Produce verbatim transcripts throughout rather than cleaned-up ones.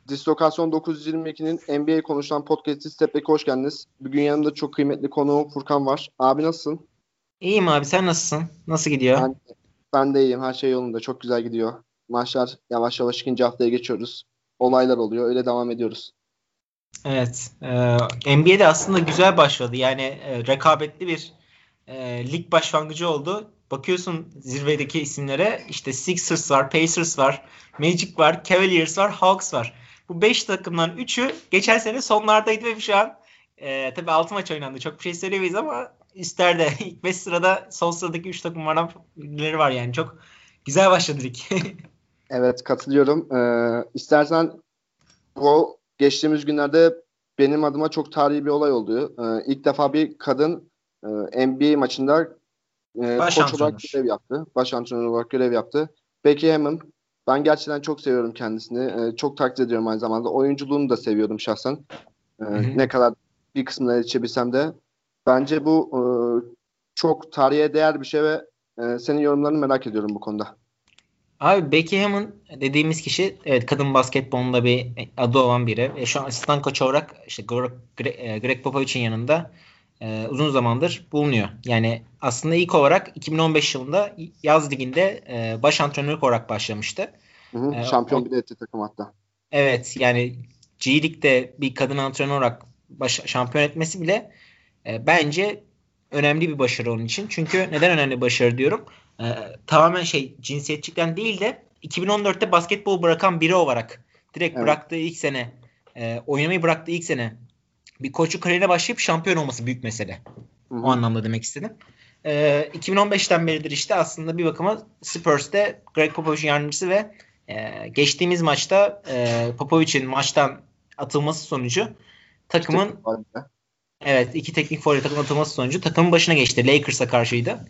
Dislokasyon dokuz yüz yirmi ikinin N B A konuşulan podcast'i Step Back'e hoş geldiniz. Bugün yanımda çok kıymetli konuğum Furkan var. Abi nasılsın? İyiyim abi, sen nasılsın? Nasıl gidiyor? Ben, ben de iyiyim. Her şey yolunda. Çok güzel gidiyor. Maçlar yavaş yavaş ikinci haftaya geçiyoruz. Olaylar oluyor. Öyle devam ediyoruz. Evet. E, N B A'de aslında güzel başladı. Yani e, rekabetli bir e, lig başlangıcı oldu. Bakıyorsun zirvedeki isimlere, işte Sixers var, Pacers var, Magic var, Cavaliers var, Hawks var. Bu beş takımdan üçü geçen sene sonlardaydı ve şu an e, tabii altı maç oynandı. Çok bir şey söyleyemeyiz ama üstlerde ilk beş sırada son sıradaki üç takımlardan birileri var yani. Çok güzel başladı lig. Evet, katılıyorum. Ee, istersen bu geçtiğimiz günlerde benim adıma çok tarihi bir olay oldu. Ee, ilk defa bir kadın e, N B A maçında e, Baş koç olarak antrenör. görev yaptı. Baş antrenör olarak görev yaptı. Becky Hammon. Ben gerçekten çok seviyorum kendisini. E, çok takdir ediyorum aynı zamanda. Oyunculuğunu da seviyorum şahsen. E, Hı hı. ne kadar bir kısmına yetişebilsem de. Bence bu e, çok tarihe değer bir şey ve e, senin yorumlarını merak ediyorum bu konuda. Abi Becky Hammon dediğimiz kişi, evet, kadın basketbolunda bir adı olan biri. E, şu an asistan koç olarak işte Greg, Greg, e, Greg Popovich'in yanında e, uzun zamandır bulunuyor. Yani aslında ilk olarak iki bin on beş yılında yaz liginde e, baş antrenörlük olarak başlamıştı. Hı hı, E, şampiyon o, bile etti takım hatta. evet, yani G League'de bir kadın antrenör olarak baş, şampiyon etmesi bile e, bence önemli bir başarı onun için. Çünkü neden önemli bir başarı diyorum? E, tamamen şey, cinsiyetçilikten değil de iki bin on dörtte basketbol bırakan biri olarak direkt Evet. bıraktığı ilk sene, e, oynamayı bıraktığı ilk sene bir koçluk kariyerine başlayıp şampiyon olması büyük mesele. Hı O hı. anlamda demek istedim. E, iki bin on beşten beridir işte aslında bir bakıma Spurs'te Greg Popovich'in yardımcısı ve e, geçtiğimiz maçta e, Popovich'in maçtan atılması sonucu İki takımın, teknik var bir de. evet, iki teknik faul takım atılması sonucu takımın başına geçti. Lakers'a karşıydı.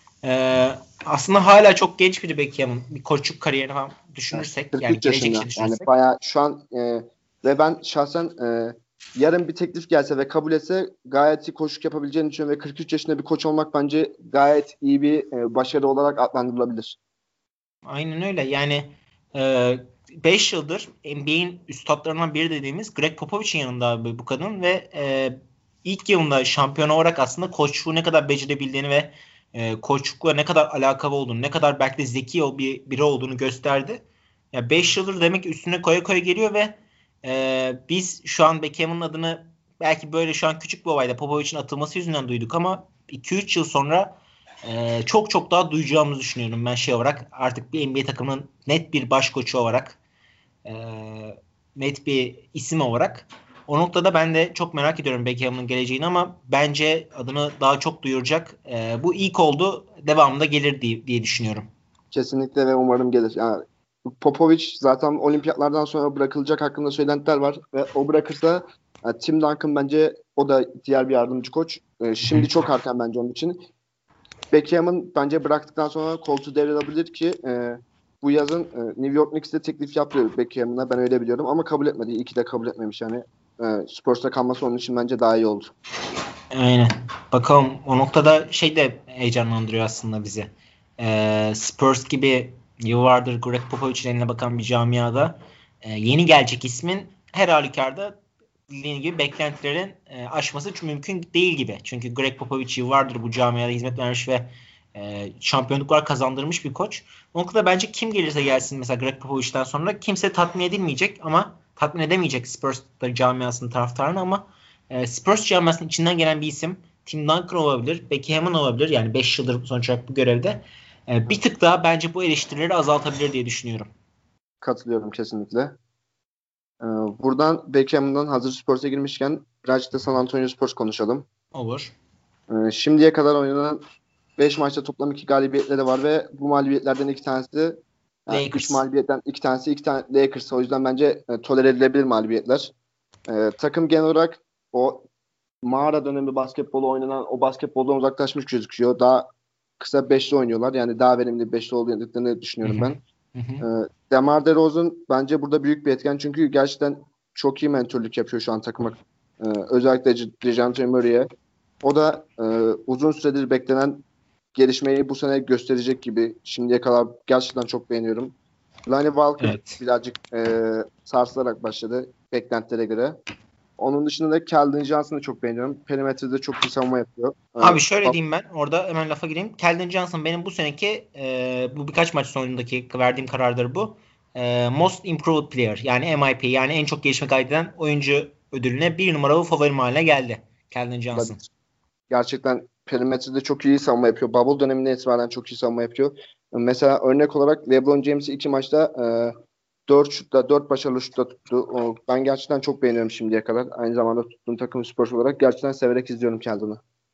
Ee, aslında hala çok genç biri Beckham'ın. Bir koçluk kariyerini falan Evet. düşünürsek, yani kırk üç gelecek için yaşında. Yani düşünürsek. bayağı şu an e, ve ben şahsen e, yarın bir teklif gelse ve kabul etse gayet iyi koçluk yapabileceğini düşünüyorum ve kırk üç yaşında bir koç olmak bence gayet iyi bir e, başarı olarak adlandırılabilir. Aynen öyle. Yani e, beş yıldır N B A'in üstadlarından biri dediğimiz Greg Popovich'in yanında abi bu kadın ve e, ilk yılında şampiyon olarak aslında koçluğu ne kadar becerebildiğini ve e, koçlukla ne kadar alakalı olduğunu, ne kadar belki de zeki ol- bir biri olduğunu gösterdi. Ya beş yıldır demek ki üstüne koya koya geliyor ve e, biz şu an Beckham'ın adını belki böyle şu an küçük bir olayda Popovic'in atılması yüzünden duyduk ama iki üç yıl sonra ee, çok çok daha duyacağımızı düşünüyorum ben şey olarak. Artık bir N B A takımının net bir baş koçu olarak, e, net bir isim olarak. O noktada ben de çok merak ediyorum Beckham'ın geleceğini ama bence adını daha çok duyuracak. E, bu ilk oldu. Devamında gelir diye, diye düşünüyorum. Kesinlikle ve umarım gelir. Yani Popovic zaten olimpiyatlardan sonra bırakılacak hakkında söylentiler var ve o bırakırsa e, Tim Duncan bence o da diğer bir yardımcı koç. E, Hı hı. şimdi çok erken bence onun için. Beckham'ın bence bıraktıktan sonra koltuğu devrilebilir ki e, bu yazın e, New York Knicks'te teklif yaptı Beckham'ına. Ben öyle biliyorum ama kabul etmedi. İyi ki de kabul etmemiş yani. E, Spurs'ta kalması onun için bence daha iyi oldu. Aynen. Bakalım, o noktada şey de heyecanlandırıyor aslında bizi. Ee, Spurs gibi yıllardır Greg Popovich'in eline bakan bir camiada e, yeni gelecek ismin her halükarda dediğin gibi beklentilerin e, aşması çok mümkün değil gibi. Çünkü Greg Popovich yıllardır bu camiada hizmet vermiş ve e, şampiyonluklar kazandırmış bir koç. O noktada bence kim gelirse gelsin mesela Greg Popovich'ten sonra kimse tatmin edilmeyecek ama tatmin edemeyecek Spurs camiasının taraftarını ama e, Spurs camiasının içinden gelen bir isim Tim Duncan olabilir. Becky Hammon olabilir. Yani beş yıldır sonuç olarak bu görevde. E, bir tık daha bence bu eleştirileri azaltabilir diye düşünüyorum. Katılıyorum kesinlikle. E, buradan Beckham'dan hazır Spurs'a girmişken birazcık da San Antonio Spurs konuşalım. Olur. E, şimdiye kadar oynanan beş maçta toplam iki galibiyetleri var ve bu mağlubiyetlerden iki tanesi yani üç Lakers. mağlubiyetten iki tanesi iki tane Lakers. O yüzden bence e, tolere edilebilir mağlubiyetler. E, takım genel olarak o mağara dönemi basketbolu oynanan o basketboldan uzaklaşmış gözüküyor. Daha kısa beşli oynuyorlar. Yani daha verimli bir beşli olduklarını Hı düşünüyorum hı. ben. Hı hı. E, DeMar DeRozan bence burada büyük bir etken. Çünkü gerçekten çok iyi mentörlük yapıyor şu an takıma. E, özellikle DeJounte Murray'e. O da e, uzun süredir beklenen gelişmeyi bu sene gösterecek gibi. Şimdiye kadar gerçekten çok beğeniyorum. Lonnie Walker Evet. birazcık e, sarsılarak başladı beklentilere göre. Onun dışında da Keldon Johnson'ı çok beğeniyorum. Perimetrede çok iyi savunma yapıyor. Abi E, şöyle diyeyim ben. Orada hemen lafa gireyim. Keldon Johnson benim bu seneki e, bu birkaç maç sonundaki verdiğim karardır bu. E, Most Improved Player yani M I P yani en çok gelişme kaydeden oyuncu ödülüne bir numaralı favorim haline geldi. Keldon Johnson. Gerçekten perimetrede çok iyi savunma yapıyor. Bubble döneminde itibaren çok iyi savunma yapıyor. Mesela örnek olarak LeBron James'i iki maçta e, dört şutta, dört başarılı şutta tuttu. O, ben gerçekten çok beğeniyorum şimdiye kadar. Aynı zamanda tuttuğum takım spor olarak gerçekten severek izliyorum Keldon'u.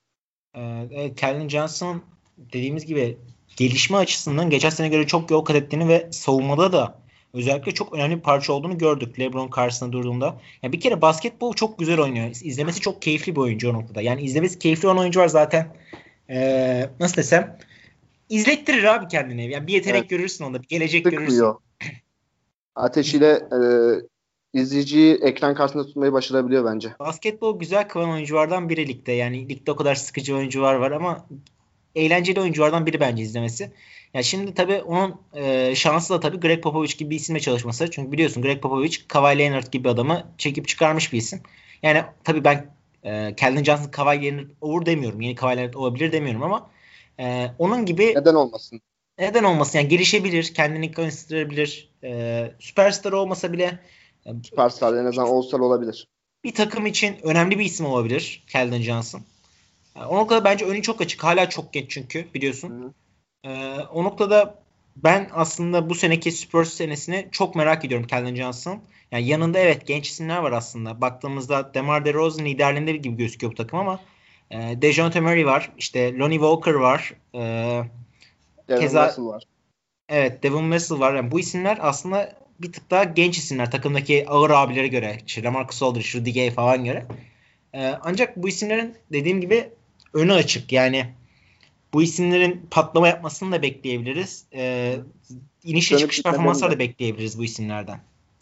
Ee, evet, Keldon Johnson dediğimiz gibi gelişme açısından geçen sene göre çok yol kat ettiğini ve savunmada da özellikle çok önemli bir parça olduğunu gördük LeBron karşısında durduğunda. Yani bir kere basketbol çok güzel oynuyor. İzlemesi çok keyifli bir oyuncu o noktada. Yani izlemesi keyifli olan oyuncu var zaten. Ee, nasıl desem izlettirir abi kendini. Yani bir yetenek Evet. görürsün onda. Bir gelecek görürsün. Sıkmıyor. Ateşiyle e, izleyiciyi ekran karşısında tutmayı başarabiliyor bence. Basketbol güzel kılan oyunculardan biri ligde. Yani ligde o kadar sıkıcı oyuncular var ama eğlenceli oyunculardan biri bence izlemesi. Ya şimdi tabii onun e, şansı da tabii Greg Popovich gibi bir isimle çalışması. Çünkü biliyorsun Greg Popovich, Kawhi Leonard gibi adamı çekip çıkarmış bir isim. Yani tabii ben e, Keldon Johnson, Kawhi Leonard olur demiyorum. Yeni Kawhi Leonard olabilir demiyorum ama e, onun gibi Neden olmasın? neden olmasın? Yani gelişebilir, kendini gösterebilir. E, süperstar olmasa bile e, Süperstar en azından All-Star olabilir. bir takım için önemli bir isim olabilir Keldon Johnson. Yani o noktada bence önü çok açık. Hala çok genç çünkü biliyorsun. Hı-hı. Ee, o noktada ben aslında bu seneki Spurs senesini çok merak ediyorum Keldon Johnson. Yani yanında evet genç isimler var aslında. Baktığımızda DeMar DeRozan liderliğinde gibi gözüküyor bu takım ama e, Dejounte Murray var. İşte Lonnie Walker var. E, Devin keza Vassell var. evet Devin Vassell var. Yani bu isimler aslında bir tık daha genç isimler takımdaki ağır abilere göre. İşte LaMarcus Aldridge, Rudy Gay falan göre. E, ancak bu isimlerin dediğim gibi önü açık. Yani bu isimlerin patlama yapmasını da bekleyebiliriz. Ee, inişe Dönüp çıkış gitmelerini performansları de. da bekleyebiliriz bu isimlerden.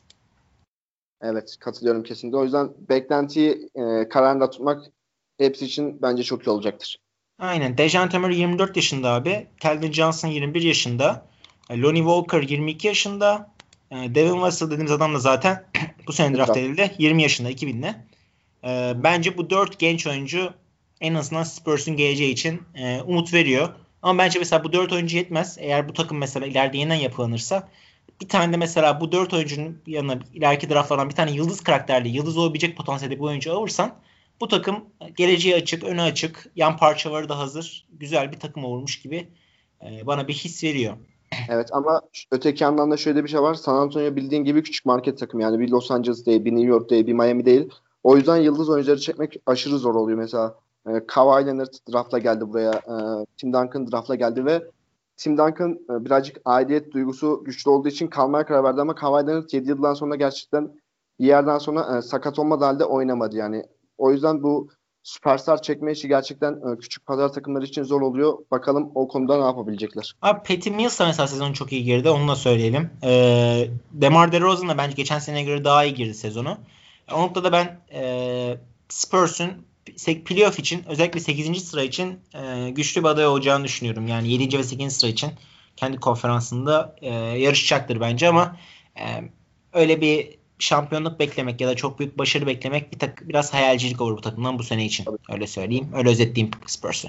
Evet, katılıyorum kesinlikle. O yüzden beklentiyi e, kararında tutmak hepsi için bence çok iyi olacaktır. Aynen. Dejounte Murray yirmi dört yaşında abi. Keldon Johnson yirmi bir yaşında. E, Lonnie Walker yirmi iki yaşında. E, Devin Vassell dediğimiz adam da zaten bu sene draft Draft. edildi. yirmi yaşında iki binli. E, bence bu dört genç oyuncu en azından Spurs'un geleceği için e, umut veriyor. Ama bence mesela bu dört oyuncu yetmez. Eğer bu takım mesela ileride yeniden yapılanırsa bir tane de mesela bu dört oyuncunun yanına ileriki draftlardan bir tane yıldız karakterli, yıldız olabilecek potansiyelde bir oyuncu alırsan bu takım geleceği açık, önü açık, yan parçaları da hazır, güzel bir takım olmuş gibi e, bana bir his veriyor. Evet ama öteki yandan da şöyle bir şey var. San Antonio bildiğin gibi küçük market takım. Yani bir Los Angeles değil, bir New York değil, bir Miami değil. O yüzden yıldız oyuncuları çekmek aşırı zor oluyor. Mesela e, Kawhi Leonard draftla geldi buraya. E, Tim Duncan draftla geldi ve Tim Duncan e, birazcık aidiyet duygusu güçlü olduğu için kalmaya karar verdi ama Kawhi Leonard yedi yıldan sonra gerçekten bir yerden sonra e, sakat olmadığı halde oynamadı. Yani o yüzden bu süperstar çekme işi gerçekten e, küçük pazar takımları için zor oluyor. Bakalım o konuda ne yapabilecekler. Abi Patty Mills da mesela sezonu çok iyi girdi. Onu da söyleyelim. Ee, DeMar DeRozan da bence geçen seneye göre daha iyi girdi sezonu. O noktada ben e, Spurs'un playoff için özellikle sekizinci sıra için e, güçlü bir aday olacağını düşünüyorum. Yani yedinci ve sekizinci sıra için kendi konferansında e, yarışacaktır bence ama e, öyle bir şampiyonluk beklemek ya da çok büyük başarı beklemek bir tak biraz hayalcilik olur bu takımdan bu sene için. Öyle söyleyeyim. Öyle özetleyeyim Spurs'u.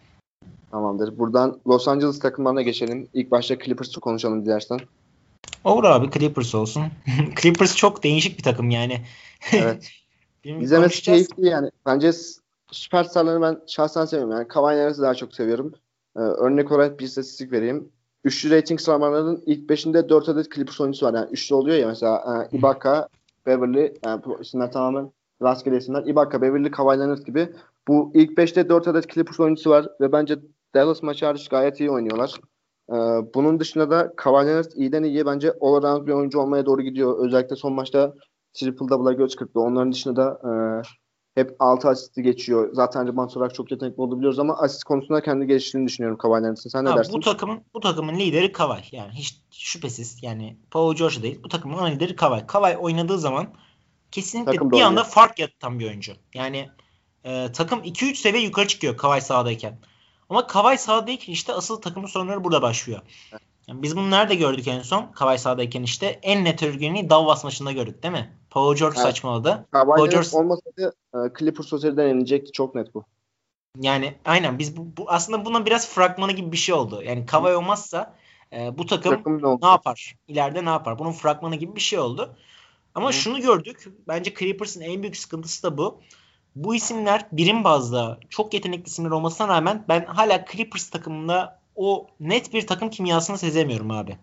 Tamamdır. Buradan Los Angeles takımlarına geçelim. İlk başta Clippers'ı konuşalım dilersen. Olur abi Clippers olsun. Clippers çok değişik bir takım yani. Evet. Şimdi İzlemesi konuşacağız. keyifli yani. Bence s- süperstarları ben şahsen seviyorum. Yani Kawhi Leonard'ı daha çok seviyorum. Ee, örnek olarak bir istatistik vereyim. Üçlü rating sıralamalarının ilk beşinde dört adet Clippers oyuncusu var. Yani üçlü oluyor ya mesela e, Ibaka, Beverly, yani bu isimler tamamen rastgele isimler. Ibaka, Beverly, Kawhi Leonard gibi. Bu ilk beşte dört adet Clippers oyuncusu var ve bence Dallas maçı hariç gayet iyi oynuyorlar. Ee, bunun dışında da Kawhi Leonard iyiden iyiye bence all around bir oyuncu olmaya doğru gidiyor. Özellikle son maçta triple double'a göz kırptı. Onların dışında da e, hep altı asisti geçiyor. Zaten rebound olarak çok yetenekli olduğunu biliyoruz ama asist konusunda kendi geliştiğini düşünüyorum Kawhi Leonard'ın. Sen ne Abi bu dersin? takımın bu takımın lideri Kawhi. Yani hiç şüphesiz yani Paul George değil. Bu takımın ana lideri Kawhi. Kawhi oynadığı zaman kesinlikle Takım da bir oynuyor. anda fark yaratan bir oyuncu. Yani e, takım iki üç seviye yukarı çıkıyor Kawhi sahadayken. Ama Kawhi sahadayken işte asıl takımın sorunları burada başlıyor. Yani biz bunu nerede gördük en son? Kawhi sahadayken işte en net örgünlüğü Dallas maçında gördük değil mi? Paul George Evet. saçmaladı. Paul Kawhi George olmasaydı e, Clippers o seriden yenilecekti. Çok net bu. yani aynen biz bu, bu aslında buna biraz fragmanı gibi bir şey oldu. Yani Kawhi olmazsa e, bu takım Takım ne ne olacak? yapar? İleride ne yapar? Bunun fragmanı gibi bir şey oldu. Ama Hı-hı. şunu gördük. Bence Clippers'ın en büyük sıkıntısı da bu. Bu isimler birim bazda çok yetenekli isimler olmasına rağmen ben hala Clippers takımında o net bir takım kimyasını sezemiyorum abi.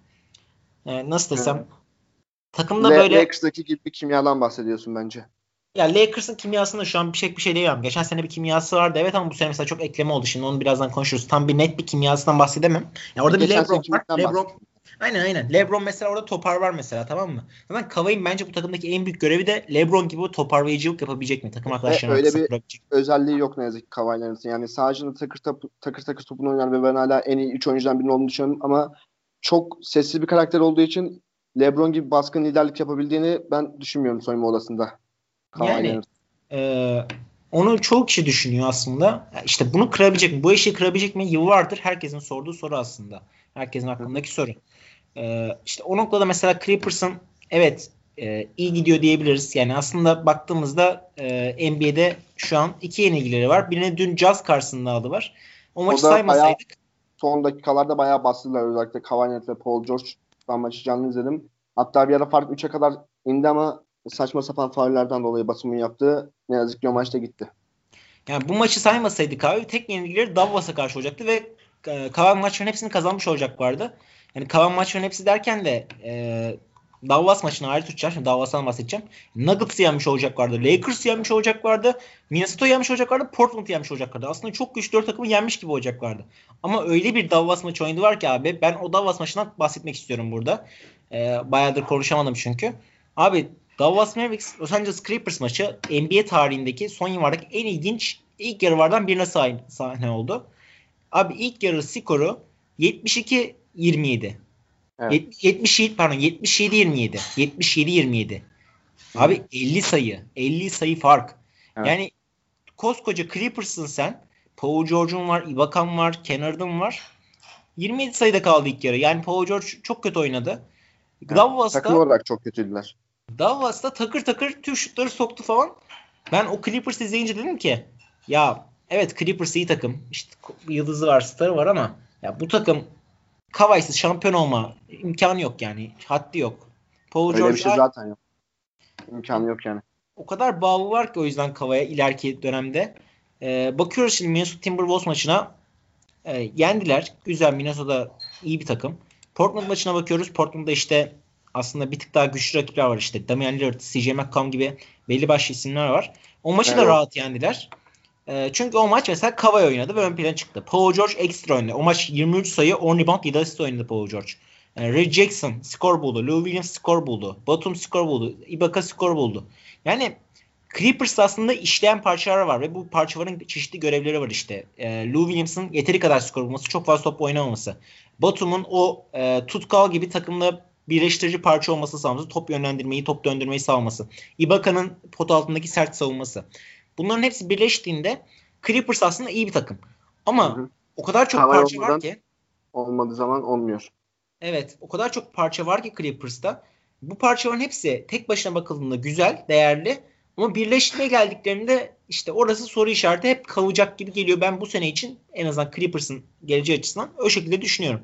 E, nasıl desem? Takımda Le- böyle Lakers'taki gibi bir kimyadan bahsediyorsun bence. ya Lakers'ın kimyasında şu an bir şey bir şey diyemem. Geçen sene bir kimyası vardı evet ama bu sene mesela çok ekleme oldu. Şimdi onu birazdan konuşuruz. Tam bir net bir kimyasından bahsedemem. Ya orada bir Geçen LeBron seneki var. ligden LeBron bahsediyorum. aynen aynen. LeBron mesela orada topar var mesela tamam mı? Zaten Kawhi'nin bence bu takımdaki en büyük görevi de LeBron gibi o toparlayıcılık yapabilecek mi? Takım Ve arkadaşlarının öyle arkasında bir durabilecek mi? özelliği yok ne yazık ki Kawhi'lerin. Yani sağcının takır takır, takır takır topunu oynar ve ben hala en iyi üç oyuncudan birinin olduğunu düşünüyorum ama çok sessiz bir karakter olduğu için LeBron gibi baskın liderlik yapabildiğini ben düşünmüyorum soyunma odasında. Yani Kawhi'lerin. e, onu çoğu kişi düşünüyor aslında. İşte bunu kırabilecek mi? Bu eşiği kırabilecek mi? Yıllardır herkesin sorduğu soru aslında. Herkesin Hı hı. aklındaki soru. Ee, işte o noktada mesela Clippers'ın evet e, iyi gidiyor diyebiliriz. Yani aslında baktığımızda e, N B A'de şu an iki yenilgileri var. Birini dün Jazz karşısında aldılar. O O maçı da bayağı saymasaydık son dakikalarda bayağı bastılar. Özellikle Kawhi ve Paul George. Ben maçı canlı izledim. Hatta bir ara fark üçe kadar indi ama saçma sapan faullerden dolayı basımın yaptığı ne yazık ki o maçta gitti. yani bu maçı saymasaydık abi tek yenilgileri Dallas'a karşı olacaktı ve e, kalan maçların hepsini kazanmış olacaklardı. Yani kalan maçların hepsi derken de e, Dallas maçını ayrı tutacağım. Şimdi Dallas'tan bahsedeceğim. Nuggets'ı yenmiş olacaklardı. Lakers'ı yenmiş olacaklardı. Minnesota'yı yenmiş olacaklardı. Portland'ı yenmiş olacaklardı. Aslında çok güçlü dört takımı yenmiş gibi olacaklardı. Ama öyle bir Dallas maçı oynadı var ki abi. Ben o Dallas maçından bahsetmek istiyorum burada. E, bayağıdır konuşamadım çünkü. Abi Dallas Mavericks Los Angeles Clippers maçı N B A tarihindeki son yıllardaki en ilginç ilk yarılardan birine sahne oldu. Abi ilk yarı skoru yetmiş iki yirmi yedi. Evet. yetmiş yedi pardon yetmiş yedi yirmi yedi. yetmiş yedi yirmi yedi. Hı-hı. Abi elli sayı. elli sayı fark. Evet. Yani koskoca Clippers'ın sen. Paul George'un var, Ibaka'm var, Kennard'ın var. yirmi yedi sayıda kaldı ilk yarı. Yani Paul George çok kötü oynadı. Evet. Takım Dallas'ta olarak çok kötüydüler. Dallas'ta takır takır tüm şutları soktu falan. Ben o Clippers izleyince dedim ki ya evet Clippers iyi takım. İşte yıldızı var, starı var ama ya bu takım Kawhi'siz şampiyon olma imkanı yok yani. Haddi yok. Paul Öyle bir George şey zaten yok. İmkanı yok yani. o kadar bağlı var ki o yüzden Kawhi'ye ileriki dönemde. Ee, bakıyoruz şimdi Minnesota Timberwolves maçına. E, yendiler. Güzel. Minnesota iyi bir takım. Portland maçına bakıyoruz. Portland'da işte aslında bir tık daha güçlü rakipler var işte. Damian Lillard, C J McCollum gibi belli başlı isimler var. O maçı Evet, da o. rahat yendiler. E, çünkü o maç mesela Kawhi oynadı ve ön plana çıktı. Paul George ekstra oynadı. O maç yirmi üç sayı, on rebound, yedi asist oynadı Paul George. E, Reggie Jackson skor buldu. Lou Williams skor buldu. Batum skor buldu. Ibaka skor buldu. Yani Clippers'ta aslında işleyen parçalar var ve bu parçaların çeşitli görevleri var işte. E, Lou Williams'ın yeteri kadar skor bulması, çok fazla top oynamaması. Batum'un o e, tutkal gibi takımda birleştirici parça olması sağlaması, top yönlendirmeyi, top döndürmeyi sağlaması. Ibaka'nın pot altındaki sert savunması. Bunların hepsi birleştiğinde Clippers aslında iyi bir takım. Hı Ama hı. o kadar çok Kawhi parça var olmadan ki olmadığı zaman olmuyor. evet o kadar çok parça var ki Clippers'ta. Bu parçaların hepsi tek başına bakıldığında güzel, değerli. Ama birleştirmeye geldiklerinde işte orası soru işareti hep kalacak gibi geliyor. Ben bu sene için en azından Clippers'ın geleceği açısından o şekilde düşünüyorum.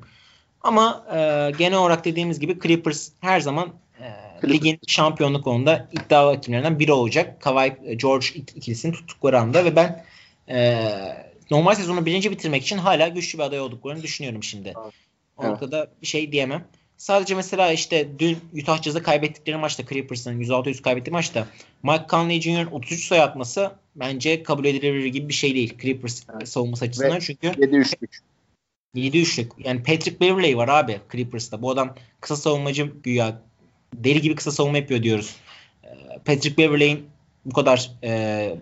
Ama e, genel olarak dediğimiz gibi Clippers her zaman e, Clippers. ligin şampiyonluk konuda iddia hakimlerinden biri olacak. Kawhi George ikilisini tuttukları anda ve ben e, normal sezonu birinci bitirmek için hala güçlü bir aday olduklarını düşünüyorum şimdi. O Evet. noktada bir şey diyemem. Sadece mesela işte dün Utah Jazz'a kaybettikleri maçta Clippers'ın yüz altı yüz kaybettiği maçta Mike Conley Junior'ın otuz üç sayı atması bence kabul edilebilir gibi bir şey değil Clippers Evet. savunması Ve açısından. Çünkü yedi üçlük. yedi üçlük. Yani Patrick Beverley var abi Clippers'ta. Bu adam kısa savunmacı güya deli gibi kısa savunma yapıyor diyoruz. Patrick Beverley'in bu kadar e,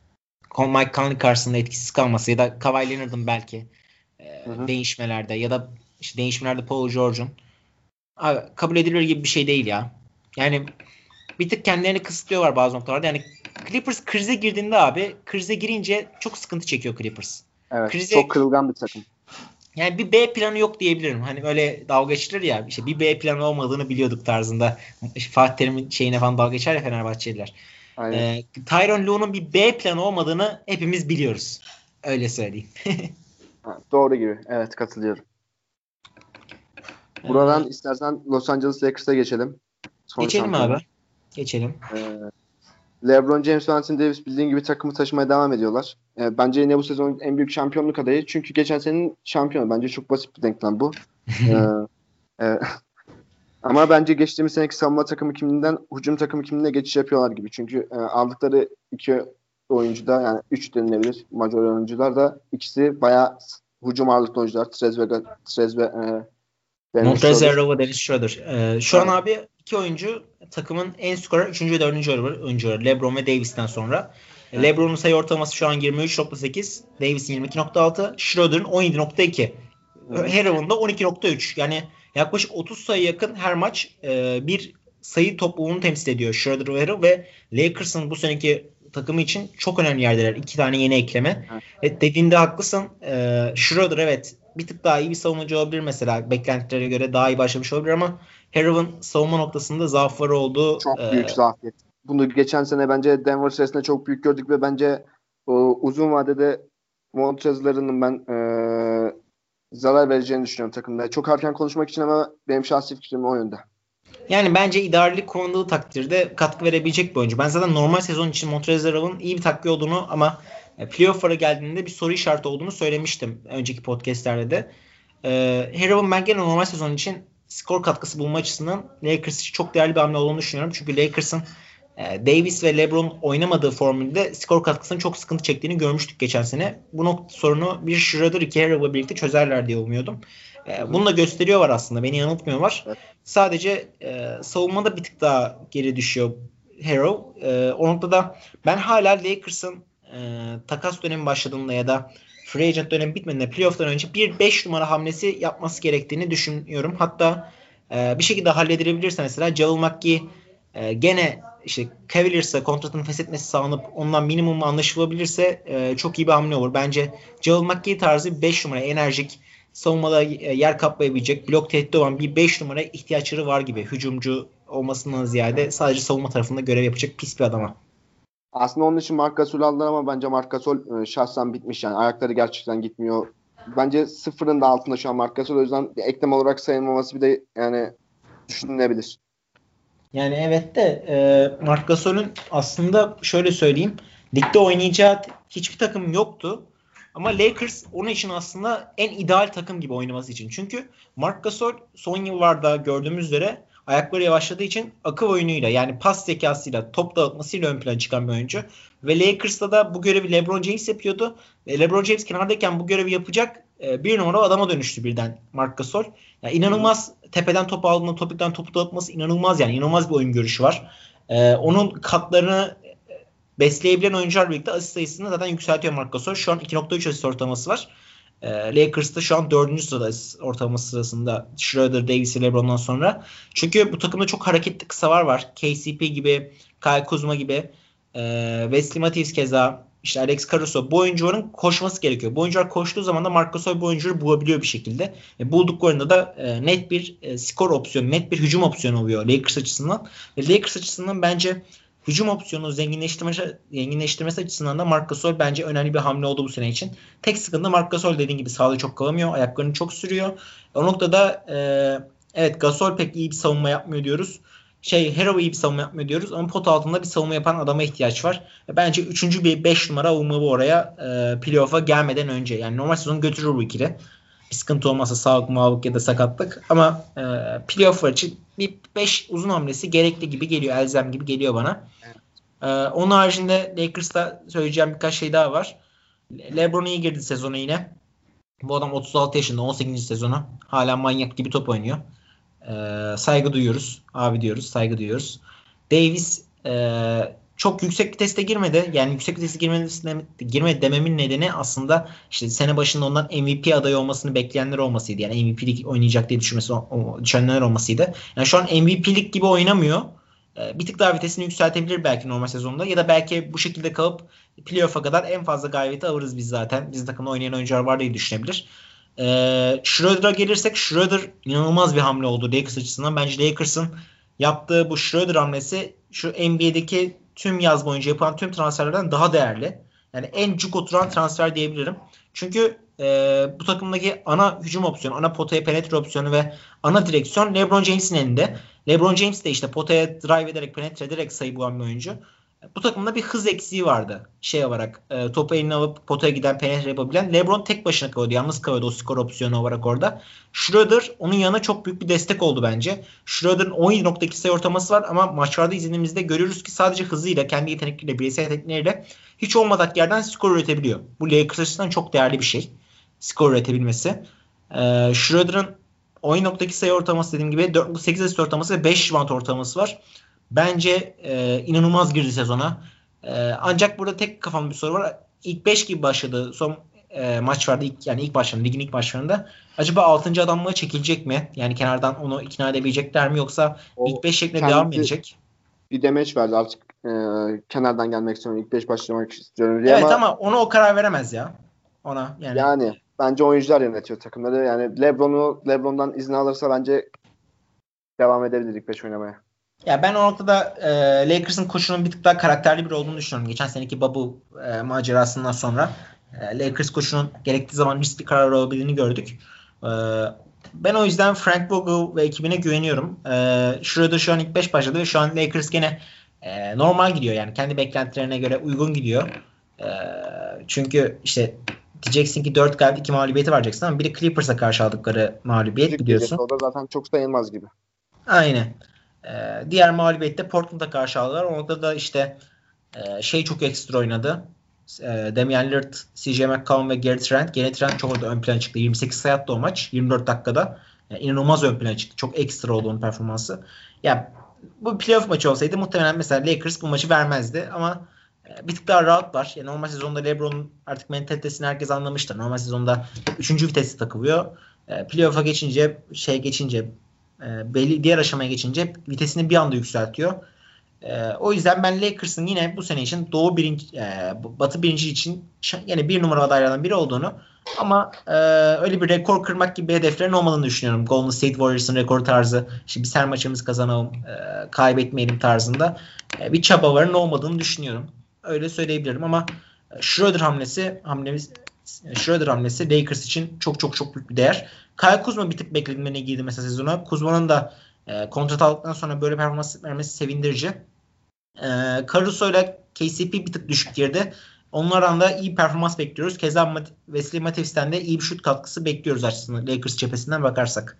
Mike Conley karşısında etkisiz kalması ya da Kawhi Leonard'ın belki e, Hı hı. değişmelerde ya da işte değişmelerde Paul George'un abi, kabul edilir gibi bir şey değil ya. Yani bir tık kendilerini kısıtlıyorlar bazı noktalarda. Yani Clippers krize girdiğinde abi krize girince çok sıkıntı çekiyor Clippers. Evet. Krize Çok kırılgan bir takım. Yani bir B planı yok diyebilirim. Hani öyle dalga geçilir ya, işte bir B planı olmadığını biliyorduk tarzında. İşte Fatih Terim'in şeyine falan dalga geçer ya Fenerbahçeliler. Aynen. Ee, Tyronn Lue'nun bir B planı olmadığını hepimiz biliyoruz. Öyle söyleyeyim. Ha, doğru gibi. Evet, katılıyorum. Ee, Buradan istersen Los Angeles Lakers'a geçelim. Son geçelim şampiyonu. abi. Geçelim. Ee, LeBron James ve Anthony Davis bildiğin gibi takımı taşımaya devam ediyorlar. Ee, bence yine bu sezon en büyük şampiyonluk adayı. Çünkü geçen senenin şampiyonu. Bence çok basit bir denklem bu. Ee, e, Ama bence geçtiğimiz seneki savunma takımı kimliğinden hücum takımı kimliğine geçiş yapıyorlar gibi. Çünkü e, aldıkları iki oyuncu da, yani üç denilebilir major oyuncular da, ikisi bayağı hücum ağırlıklı oyuncular. Trez ve Trez ve e, Dennis Montrezl Schroeder. Harrell ve Dennis Schroeder. Ee, şu an Evet. abi iki oyuncu takımın en skorer üçüncü ve dördüncü oyuncuları. LeBron ve Davis'ten sonra. Evet. LeBron'un sayı ortalaması şu an yirmi üç nokta sekiz. Davis'in yirmi iki nokta altı. Schroeder'ın on yedi nokta iki. Harrell'ın da on iki nokta üç. Yani yaklaşık otuz sayı yakın her maç e, bir sayı topluluğunu temsil ediyor Schroeder ve Harrell ve Lakers'ın bu seneki takımı için çok önemli yerdeler. İki tane yeni ekleme. Evet. Evet, dediğinde haklısın. E, Schroeder evet bir tık daha iyi bir savunucu olabilir mesela. Beklentilere göre daha iyi başlamış olabilir ama Harrell'ın savunma noktasında zaafları olduğu Çok büyük e, zafiyet. Bunu geçen sene bence Denver serisinde çok büyük gördük ve bence o, uzun vadede Montrezl'ların ben e, zarar vereceğini düşünüyorum takımda. Çok erken konuşmak için ama benim şahsi fikrim o yönde. yani bence idareli kullanıldığı takdirde katkı verebilecek bir oyuncu. Ben zaten normal sezon için Montrezl Harrell'ın iyi bir takviye olduğunu ama playoff'lara geldiğinde bir soru işareti olduğunu söylemiştim önceki podcastlerde de. Ee, Harrell'ın ben gene normal sezon için skor katkısı bulma açısından Lakers için çok değerli bir hamle olduğunu düşünüyorum. Çünkü Lakers'ın e, Davis ve LeBron oynamadığı formülde skor katkısının çok sıkıntı çektiğini görmüştük geçen sene. Bu nokta sorunu bir Schroeder iki Harrell'la birlikte çözerler diye umuyordum. E, bunu da gösteriyorlar aslında. Beni yanıltmıyorlar. Evet. Sadece e, savunmada bir tık daha geri düşüyor Harrell. E, o noktada ben hala Lakers'ın e, takas dönemi başladığında ya da free agent dönemi bitmediğinde playoff'tan önce bir beş numara hamlesi yapması gerektiğini düşünüyorum. Hatta e, bir şekilde halledilebilirse mesela Javel McGee e, gene işte Cavaliers'a kontratını feshetmesi sağlanıp ondan minimum anlaşılabilirse e, çok iyi bir hamle olur. Bence Javel McGee tarzı beş numara enerjik, savunmada yer kaplayabilecek, blok tehdidi olan bir beş numara ihtiyaçları var gibi. Hücumcu olmasından ziyade sadece savunma tarafında görev yapacak pis bir adama. Aslında onun için Marc Gasol aldılar ama bence Marc Gasol e, şahsen bitmiş yani. Ayakları gerçekten gitmiyor. Bence sıfırın da altında şu an Marc Gasol. O yüzden eklem olarak sayılmaması bir de yani düşünülebilir. Yani evet de e, Marc Gasol'ün aslında şöyle söyleyeyim, ligde oynayacağı hiçbir takım yoktu. Ama Lakers onun için aslında en ideal takım gibi oynaması için. Çünkü Marc Gasol son yıllarda gördüğümüz üzere ayakları yavaşladığı için akıl oyunuyla, yani pas zekasıyla, top dağıtmasıyla ön plana çıkan bir oyuncu. Ve Lakers'ta da bu görevi LeBron James yapıyordu. Ve LeBron James kenardayken bu görevi yapacak e, bir numara adama dönüştü birden Marc Gasol. Yani inanılmaz, tepeden top aldığında topuktan topu dağıtması inanılmaz, yani inanılmaz bir oyun görüşü var. Ee, onun katlarını besleyebilen oyuncular birlikte asist sayısını zaten yükseltiyor Marc Gasol. Şu an iki nokta üç asist ortalaması var. Ee, Lakers'ta şu an dördüncü sırada asist ortalaması sırasında Schroeder, Davis ve LeBron'dan sonra. Çünkü bu takımda çok hareketli kısalar var. K C P gibi, Kyle Kuzma gibi, e, Wesley Matthews keza, işte Alex Caruso, bu oyuncuların koşması gerekiyor. Bu oyuncular koştuğu zaman da Marc Gasol bu oyuncuları bulabiliyor bir şekilde. E, bulduklarında da e, net bir e, skor opsiyonu, net bir hücum opsiyonu oluyor Lakers açısından. Ve Lakers açısından bence hücum opsiyonu zenginleştirmesi, zenginleştirmesi açısından da Marc Gasol bence önemli bir hamle oldu bu sene için. Tek sıkıntı Marc Gasol dediğin gibi sahada çok kalamıyor. Ayaklarını çok sürüyor. O noktada e, evet Gasol pek iyi bir savunma yapmıyor diyoruz. Şey Harrell iyi bir savunma yapmıyor diyoruz ama pot altında bir savunma yapan adama ihtiyaç var. Bence üçüncü bir beş numara olmalı oraya e, playoff'a gelmeden önce. Yani normal sezon götürür bu ikili. Bir sıkıntı olmazsa sağlık, mağlık ya da sakatlık. Ama e, playoff'lar için bir beş uzun hamlesi gerekli gibi geliyor. Elzem gibi geliyor bana. E, onun haricinde Lakers'ta söyleyeceğim birkaç şey daha var. LeBron iyi girdi sezona yine. Bu adam otuz altı yaşında, on sekizinci sezonu. Hala manyak gibi top oynuyor. Ee, saygı duyuyoruz. Abi diyoruz. Saygı duyuyoruz. Davis e, çok yüksek viteste girmedi. Yani yüksek viteste girmedi, girmedi dememin nedeni aslında işte sene başında ondan M V P adayı olmasını bekleyenler olmasıydı. Yani M V P'lik oynayacak diye düşünmesi, o, düşünenler olmasıydı. Yani şu an M V P'lik gibi oynamıyor. Ee, bir tık daha vitesini yükseltebilir belki normal sezonda. Ya da belki bu şekilde kalıp playoff'a kadar en fazla galibiyeti alırız biz zaten. Bizim takımda oynayan oyuncular var diye düşünebilir. Ee, Schroeder'a gelirsek Schroeder inanılmaz bir hamle oldu Lakers açısından. Bence Lakers'ın yaptığı bu Schroeder hamlesi şu N B A'deki tüm yaz boyunca yapılan tüm transferlerden daha değerli. Yani en cuk oturan transfer diyebilirim. Çünkü e, bu takımdaki ana hücum opsiyonu, ana potaya penetre opsiyonu ve ana direksiyon LeBron James'in elinde. LeBron James de işte potaya drive ederek, penetre ederek sayı bulan bir oyuncu. Bu takımda bir hız eksiği vardı. Şey olarak e, topu eline alıp potaya giden, penetre yapabilen. LeBron tek başına kalıyordu. Yalnız kalıyordu o skor opsiyonu olarak orada. Schroeder onun yanına çok büyük bir destek oldu bence. Schroeder'ın on yedi nokta iki sayı ortalaması var ama maçlarda izlediğimizde görüyoruz ki sadece hızıyla, kendi yetenekleriyle, bireysel yetenekleriyle hiç olmadık yerden skor üretebiliyor. Bu Lakers açısından çok değerli bir şey. Skor üretebilmesi. E, Schroeder'ın on yedi nokta iki sayı ortalaması dediğim gibi dört nokta sekiz asist ortalaması ve beş rebound ortalaması var. Bence e, inanılmaz girdi sezona. E, ancak burada tek kafamda bir soru var. İlk beş gibi başladı. Son e, maç vardı. İlk, yani ilk başlarında, ligin ilk başlarında. Acaba altıncı adamlığa çekilecek mi? Yani kenardan onu ikna edebilecekler mi? Yoksa O ilk beş şeklinde devam mı edecek? Bir demeç verdi artık e, kenardan gelmek istiyorum. İlk beş başlamak istiyorum diye Evet ama, ama ona o karar veremez ya. Ona yani. yani bence oyuncular yönetiyor takımları. Yani LeBron'u LeBron'dan izin alırsa bence devam edebilir ilk beş oynamaya. Ya ben o noktada e, Lakers'ın koçunun bir tık daha karakterli biri olduğunu düşünüyorum. Geçen seneki bubble e, macerasından sonra e, Lakers koçunun gerektiği zaman riskli karar alabildiğini gördük. E, ben o yüzden Frank Vogel ve ekibine güveniyorum. E, Schroeder şu an ilk beş başladı ve şu an Lakers gene e, normal gidiyor. Yani kendi beklentilerine göre uygun gidiyor. E, çünkü işte diyeceksin ki dört galibiyet iki mağlubiyeti vereceksin ama biri Clippers'a karşı aldıkları mağlubiyet Müzik biliyorsun. gecesi, o da zaten çok sayılmaz gibi. Aynen. Ee, diğer mağlubiyette Portland'a karşı aldılar. Orada da işte e, şey çok ekstra oynadı. E, Damian Lillard, C J McCollum ve Gary Trent. Gary Trent çok orada ön plana çıktı. yirmi sekiz sayı attı o maç. yirmi dört dakikada. Yani inanılmaz ön plana çıktı. Çok ekstra oldu onun performansı. Ya bu playoff maçı olsaydı muhtemelen mesela Lakers bu maçı vermezdi ama e, bir tık daha rahatlar. Yani normal sezonda LeBron'un artık mentalitesini herkes anlamıştır. Normal sezonda üçüncü vitesi takılıyor. E, playoff'a geçince şey geçince e, belli diğer aşamaya geçince vitesini bir anda yükseltiyor. E, o yüzden ben Lakers'ın yine bu sene için Doğu birinci, e, Batı birinci için yine bir numara adaylardan biri olduğunu ama e, öyle bir rekor kırmak gibi bir hedeflerin olmadığını düşünüyorum. Golden State Warriors'ın rekor tarzı işte biz her maçımız kazanalım, e, kaybetmeyelim tarzında e, bir çabaların olmadığını düşünüyorum. Öyle söyleyebilirim ama Schroeder hamlesi hamlemiz Schroeder hamlesi Lakers için çok çok çok büyük bir değer. Kyle Kuzma bir tık beklediğimden girdi mesela sezona. Kuzma'nın da e, kontrat aldıktan sonra böyle performans vermesi sevindirici. E, Caruso ile K C P bir tık düşük girdi. Onlardan da iyi performans bekliyoruz. Keza Wesley Matthews'ten de iyi bir şut katkısı bekliyoruz aslında Lakers cephesinden bakarsak.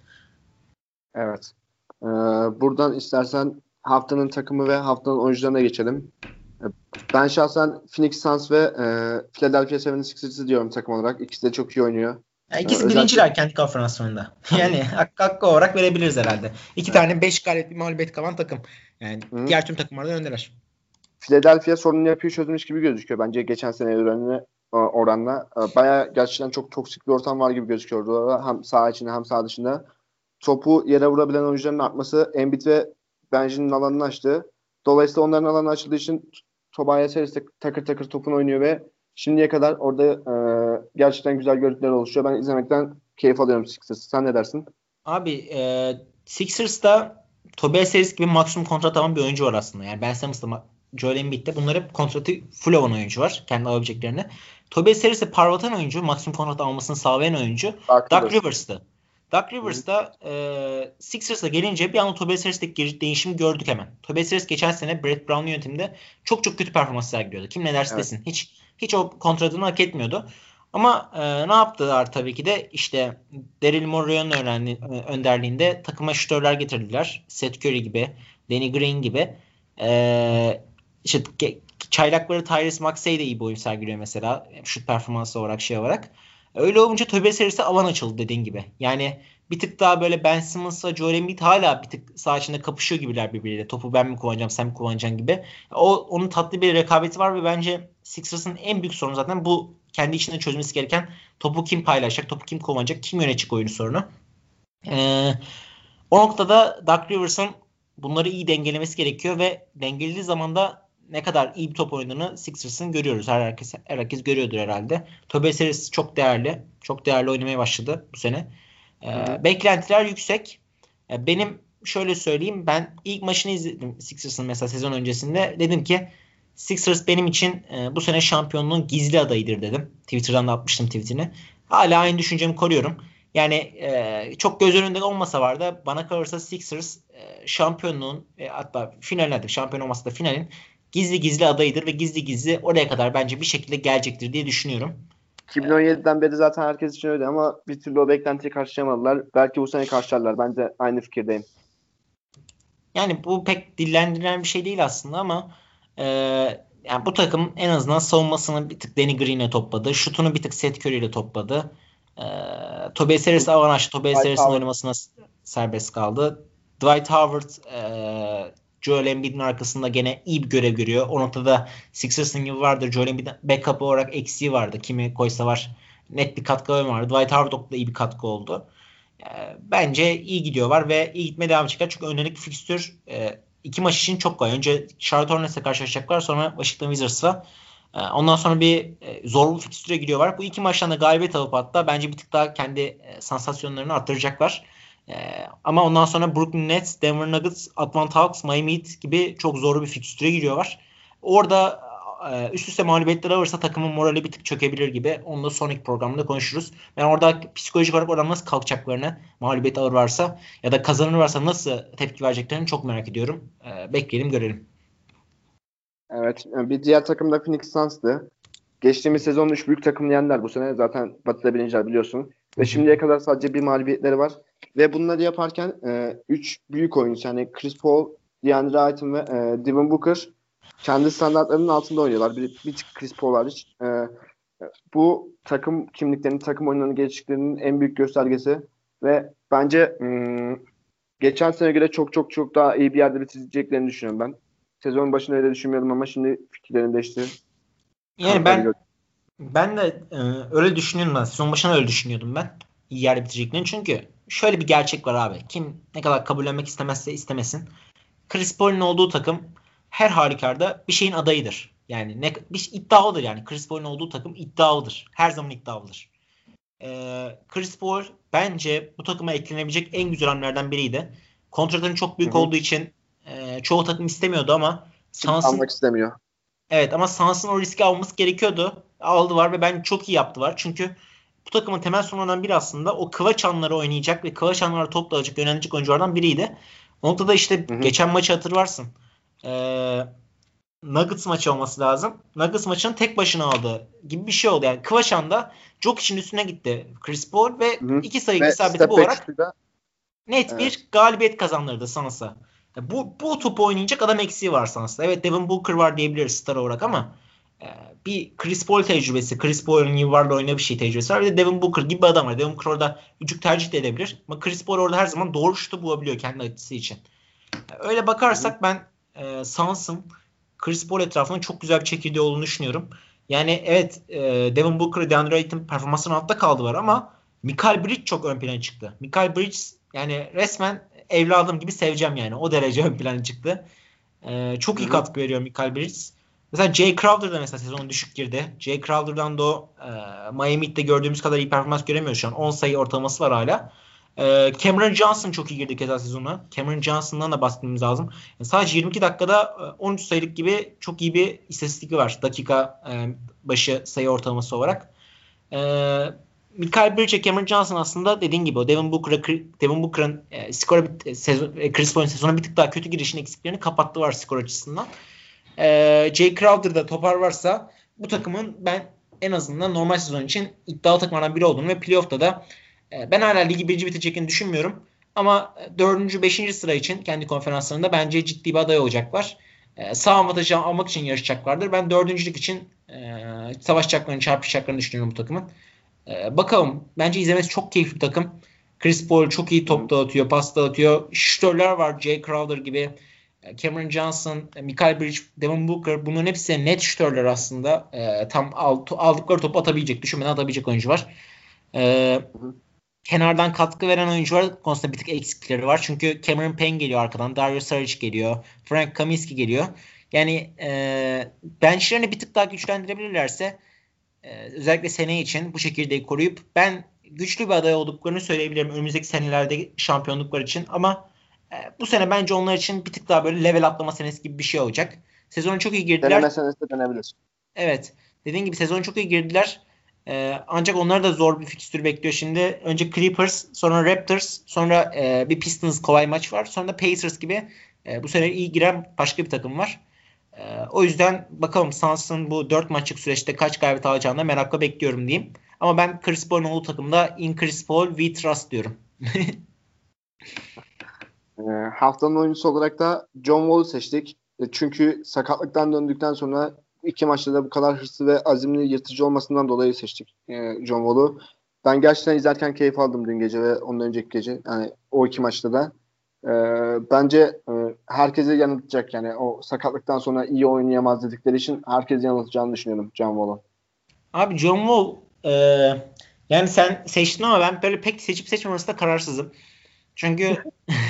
Evet. Ee, buradan istersen haftanın takımı ve haftanın oyuncularına geçelim. Ben şahsen Phoenix Suns ve e, Philadelphia seven sixers'ı diyorum takım olarak. İkisi de çok iyi oynuyor. Yani ikisi ee, birinciler özellikle... kendi konferanslarında. Yani hakkı, hakkı olarak verebiliriz herhalde. İki evet. Tane beş galibiyet bir mağlubiyet kalan takım. Yani Hı. diğer tüm takımlardan öndeler. Philadelphia sorununu yapıyor çözmüş gibi gözüküyor. Bence geçen sene oranına, oranla. Bayağı gerçekten çok toksik bir ortam var gibi gözüküyor orada. Hem saha içinde hem saha dışında. Topu yere vurabilen oyuncuların artması Embiid ve Benji'nin alanını açtı. Dolayısıyla onların alanı açıldığı için Tobias Harris takır takır topunu oynuyor ve şimdiye kadar orada e, gerçekten güzel görüntüler oluşuyor. Ben izlemekten keyif alıyorum Sixers'ı. Sen ne dersin? Abi e, Sixers'ta Tobias Harris gibi maksimum kontrat alan bir oyuncu var aslında. Yani Ben Simmons'ta, Joel Embiid'de bunlar hep kontratı full alan oyuncu var. Kendi alabileceklerini. Tobias Harris'e parlatan oyuncu, maksimum kontrat almasını sağlayan oyuncu Doug, Doug Rivers'tı. Doug Rivers'da e, Sixers'a gelince bir anda Tobias Harris'teki değişimi gördük hemen. Tobias Harris geçen sene Brett Brown'un yönetiminde çok çok kötü performans sergiliyordu. Kim ne derse evet. desin. Hiç hiç o kontratını hak etmiyordu. Ama e, ne yaptılar tabii ki de işte Daryl Morey'un önderliğinde takıma şütörler getirdiler. Seth Curry gibi, Danny Green gibi. E, işte çaylakları Tyrese Maxey de iyi bir oyun sergiliyor mesela. Şut performansı olarak şey olarak. Öyle olunca Tobias Harris'e alan açıldı dediğin gibi. Yani bir tık daha böyle Ben Simmons'la Joel Embiid hala bir tık saha içinde kapışıyor gibiler birbiriyle. Topu ben mi kullanacağım sen mi kullanacaksın gibi. O onun tatlı bir rekabeti var ve bence Sixers'ın en büyük sorunu zaten bu kendi içinde çözmesi gereken topu kim paylaşacak, topu kim kullanacak, kim yönetecek oyunu sorunu. Ee, o noktada Doug Rivers'ın bunları iyi dengelemesi gerekiyor ve dengelediği zaman da ne kadar iyi bir top oynadığını Sixers'ın görüyoruz. Her herkes herkes görüyordur herhalde. Tobias Harris çok değerli. Çok değerli oynamaya başladı bu sene. Ee, beklentiler yüksek. Ee, benim şöyle söyleyeyim. Ben ilk maçını izledim Sixers'ın mesela sezon öncesinde. Dedim ki Sixers benim için e, bu sene şampiyonluğun gizli adayıdır dedim. Twitter'dan da atmıştım tweetini. Hala aynı düşüncemi koruyorum. Yani e, çok göz önünde olmasa var da bana kalırsa Sixers e, şampiyonluğun e, hatta finalde şampiyon olmasa da finalin gizli gizli adayıdır ve gizli gizli oraya kadar bence bir şekilde gelecektir diye düşünüyorum. iki bin on yediden beri zaten herkes için öyle ama bir türlü o beklentiyi karşılayamadılar. Belki bu sene karşılarlar. Ben de aynı fikirdeyim. Yani bu pek dillendirilen bir şey değil aslında ama e, yani bu takım en azından savunmasını bir tık Danny Green'e topladı. Şutunu bir tık Seth Curry ile topladı. E, Tobias Harris avantajlı. Tobias Harris'in oynamasına serbest kaldı. Dwight Howard e, Joel Embiid'in arkasında gene iyi bir görev görüyor. O noktada Sixers'ın yıllardır Joel Embiid'in backup olarak eksiği vardı. Kimi koysa var. Net bir katkı vardı. Dwight Howard da iyi bir katkı oldu. Bence iyi gidiyorlar ve iyi gitmeye devam edecekler. Çünkü öncelik fikstür e, iki maç için çok kolay. Önce Charlotte Hornets'le karşılaşacaklar. Sonra Washington Wizards'la. E, ondan sonra bir e, zorlu fikstüre giriyorlar. Bu iki maçtan da galibiyet alıp hatta bence bir tık daha kendi e, sansasyonlarını arttıracaklar. E, ama ondan sonra Brooklyn Nets, Denver Nuggets, Atlanta Hawks, Miami Heat gibi çok zorlu bir fikstüre giriyorlar. Orada üst üste mağlubiyetler alırsa takımın morali bir tık çökebilir gibi. Onu da sonraki programda konuşuruz. Ben orada psikolojik olarak oradan nasıl kalkacaklarını, mağlubiyet alırlarsa ya da kazanırlarsa nasıl tepki vereceklerini çok merak ediyorum. Ee, bekleyelim görelim. Evet. Bir diğer takım da Phoenix Suns'tı. Geçtiğimiz sezonun üç büyük takımını yendiler bu sene. Zaten Batı'da birinciler biliyorsun. Ve şimdiye kadar sadece bir mağlubiyetleri var. Ve bunları yaparken üç büyük oyuncu yani Chris Paul, DeAndre Ayton ve e, Devin Booker kendi standartlarının altında oynuyorlar. Bir, bir tık Chris Paul hariç. E, bu takım kimliklerini, takım oyunlarını geliştiklerinin en büyük göstergesi ve bence ım, geçen sene göre çok çok çok daha iyi bir yerde bitireceklerini düşünüyorum ben. Sezonun başında öyle düşünmüyordum ama şimdi fikirlerim değişti. Yani ben ben de e, öyle düşünüyordum ben. Sezon başında öyle düşünüyordum ben. İyi yerde bitireceklerini. Çünkü şöyle bir gerçek var abi. Kim ne kadar kabullenmek istemezse istemesin. Chris Paul'un olduğu takım her halükarda bir şeyin adayıdır. Yani ne bir iddialıdır yani. Chris Paul'un olduğu takım iddialıdır. Her zaman iddialıdır. Ee, Chris Paul bence bu takıma eklenebilecek en güzel hamlelerden biriydi. Kontratının çok büyük Hı-hı. olduğu için e, çoğu takım istemiyordu ama Suns'ın almak istemiyor. Evet ama Suns'ın o riski alması gerekiyordu. Aldılar ve bence çok iyi yaptılar. Çünkü bu takımın temel sorunlarından biri aslında o kıvaç anları oynayacak ve kıvaç anları topla alacak, yönelecek oyunculardan biriydi. O noktada işte Hı-hı. geçen maçı hatırlarsın. Ee, Nuggets maçı olması lazım. Nuggets maçını tek başına aldı gibi bir şey oldu. Yani kıvaç anda Jokic'in üstüne gitti Chris Paul ve Hı-hı. iki sayı isabeti bu olarak net evet. bir galibiyet kazandırdı Suns'a. Bu, bu topu oynayacak adam eksiği var Suns'ta. Evet Devin Booker var diyebiliriz star olarak ama e, bir Chris Paul tecrübesi, Chris Paul'un yıllarla oynadığı bir şey tecrübesi var. Bir de Devin Booker gibi bir adam var. Devin Booker orada üçlük tercih de edebilir. Ama Chris Paul orada her zaman doğru şutu bulabiliyor kendi açısı için. Öyle bakarsak ben e, Suns'ın Chris Paul etrafında çok güzel bir çekirdeği olduğunu düşünüyorum. Yani evet e, Devin Booker, DeAndre Ayton performansının altta kaldılar ama Mikal Bridges çok ön plana çıktı. Mikal Bridges yani resmen evladım gibi seveceğim yani. O derece ön plana çıktı. Ee, çok iyi Hı-hı. katkı veriyor Mikal Bridges. Mesela Jay Crowder da mesela sezonu düşük girdi. Jay Crowder'dan da o e, Miami'de gördüğümüz kadar iyi performans göremiyoruz şu an. on sayı ortalaması var hala. E, Cameron Johnson çok iyi girdi keza sezona. Cameron Johnson'dan da bahsetmemiz lazım. Yani sadece yirmi iki dakikada on üç sayılık gibi çok iyi bir istatistik var. Dakika e, başı sayı ortalaması olarak. Eee Mikal Bridges, Cameron Johnson aslında dediğin gibi o Devin Booker'a Devin Booker'ın e, skora e, sezon, e, Chris Paul'un sezona bir tık daha kötü girişin eksiklerini kapattılar skor açısından. E, Jay Crowder'da topar varsa bu takımın ben en azından normal sezon için iddialı takımlardan biri olduğunu ve playoff'ta da e, ben hala ligi birinci biteceklerini düşünmüyorum. Ama dördüncü beşinci sıra için kendi konferanslarında bence ciddi bir aday olacaklar. E, sağ avantajı almak için yarışacaklardır. Ben dördüncülük için e, savaşacaklarını, çarpışacaklarını düşünüyorum bu takımın. Ee, bakalım. Bence izlemesi çok keyifli bir takım. Chris Paul çok iyi top dağıtıyor, pas dağıtıyor. Şütörler var. Jay Crowder gibi. Cameron Johnson, Mikal Bridges, Devin Booker. Bunların hepsi net şütörler aslında. Ee, tam aldıkları topu atabilecek, düşünmeden atabilecek oyuncu var. Ee, kenardan katkı veren oyuncular konusunda bir tık eksikleri var. Çünkü Cameron Payne geliyor arkadan. Dario Saric geliyor. Frank Kaminsky geliyor. Yani e, benchlerini bir tık daha güçlendirebilirlerse e, özellikle seneye için bu çekirdeği koruyup ben güçlü bir aday olduklarını söyleyebilirim önümüzdeki senelerde şampiyonluklar için ama e, bu sene bence onlar için bir tık daha böyle level atlama senesi gibi bir şey olacak. Sezonu çok iyi girdiler. Deneme senesi de denebilir. Evet. Dediğin gibi sezonu çok iyi girdiler. Ee, ancak onlara da zor bir fikstür bekliyor şimdi. Önce Clippers, sonra Raptors, sonra e, bir Pistons kolay maç var. Sonra da Pacers gibi e, bu sene iyi giren başka bir takım var. E, o yüzden bakalım Suns'ın bu dört maçlık süreçte kaç galibiyet alacağını merakla bekliyorum diyeyim. Ama ben Chris Paul'un olduğu takımda in Chris Paul we trust diyorum. E, haftanın oyuncusu olarak da John Wall'u seçtik. E, çünkü sakatlıktan döndükten sonra iki maçta da bu kadar hırslı ve azimli yırtıcı olmasından dolayı seçtik e, John Wall'u. Ben gerçekten izlerken keyif aldım dün gece ve ondan önceki gece. Yani o iki maçta da. E, bence e, herkesi yanıltacak. Yani o sakatlıktan sonra iyi oynayamaz dedikleri için herkesi yanıltacağını düşünüyorum John Wall'u. Abi John Wall e, yani sen seçtin ama ben böyle pek seçip seçmemesinde kararsızım. Çünkü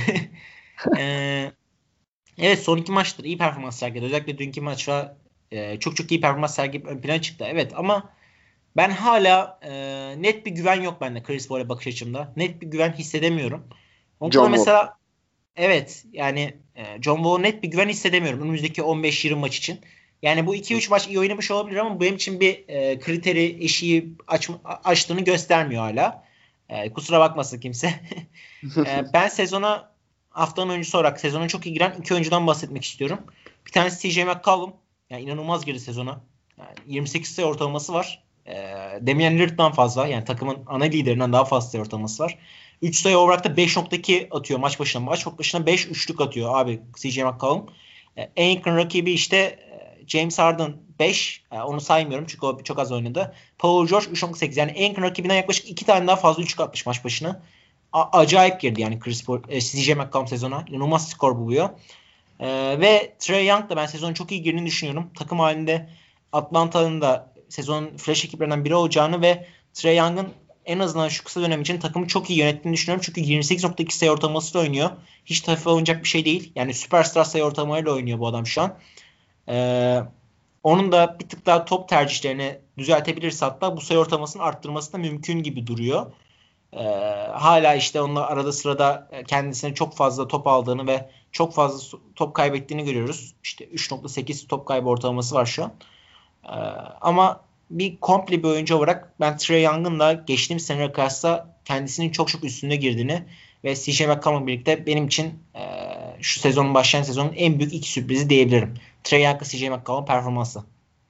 e, evet son iki maçtır iyi performans sergiledi. Özellikle dünkü maçta e, çok çok iyi performans sergileyip ön plana çıktı. Evet ama ben hala e, net bir güven yok bende Chris Paul'a bakış açımda. Net bir güven hissedemiyorum. O konuda John Wall. mesela evet yani e, John Wall'a net bir güven hissedemiyorum önümüzdeki on beş yirmi maç için. Yani bu iki üç maç iyi oynamış olabilir ama benim için bir e, kriteri eşiği aç, açtığını göstermiyor hala. E, kusura bakmasın kimse. e, ben sezona haftanın oyuncusu olarak sezona çok iyi giren iki oyuncudan bahsetmek istiyorum. Bir tanesi T J McCollum. Yani inanılmaz girdi sezona. Yani yirmi sekiz sayı ortalaması var. E, Damian Lillard'dan fazla yani takımın ana liderinden daha fazla sayı ortalaması var. üç sayı overall'da beş nokta iki atıyor maç başına. Maç başına beş üçlük atıyor abi C J McCollum. E, en yakın rakibi işte e, James Harden beş. E, onu saymıyorum çünkü o çok az oynadı. Paul George üç nokta sekiz. Yani en yakın rakibinden yaklaşık iki tane daha fazla üçlük atmış maç başına. A- acayip girdi yani Chris Paul, e, C J McCollum sezona. İnanılmaz skor buluyor. E, ve Trae Young da ben sezonun çok iyi girdiğini düşünüyorum. Takım halinde Atlanta'nın da sezonun flash ekiplerinden biri olacağını ve Trae Young'ın en azından şu kısa dönem için takımı çok iyi yönettiğini düşünüyorum. Çünkü yirmi sekiz nokta iki sayı ortalamasıyla oynuyor. Hiç hafife alınacak bir şey değil. Yani süperstar sayı ortalamayla oynuyor bu adam şu an. Ee, onun da bir tık daha top tercihlerini düzeltebilirse hatta bu sayı ortalamasını arttırması da mümkün gibi duruyor. Ee, hala işte onunla arada sırada kendisine çok fazla top aldığını ve çok fazla top kaybettiğini görüyoruz. İşte üç nokta sekiz top kaybı ortalaması var şu an. Ee, ama bir komple bir oyuncu olarak ben Trae Young'ın da geçtiğimiz senelere kıyasla kendisinin çok çok üstünde girdiğini ve C J McCollum'la birlikte benim için e, şu sezonun başlayan sezonun en büyük iki sürprizi diyebilirim. Trae Young'la C J McCollum performansı.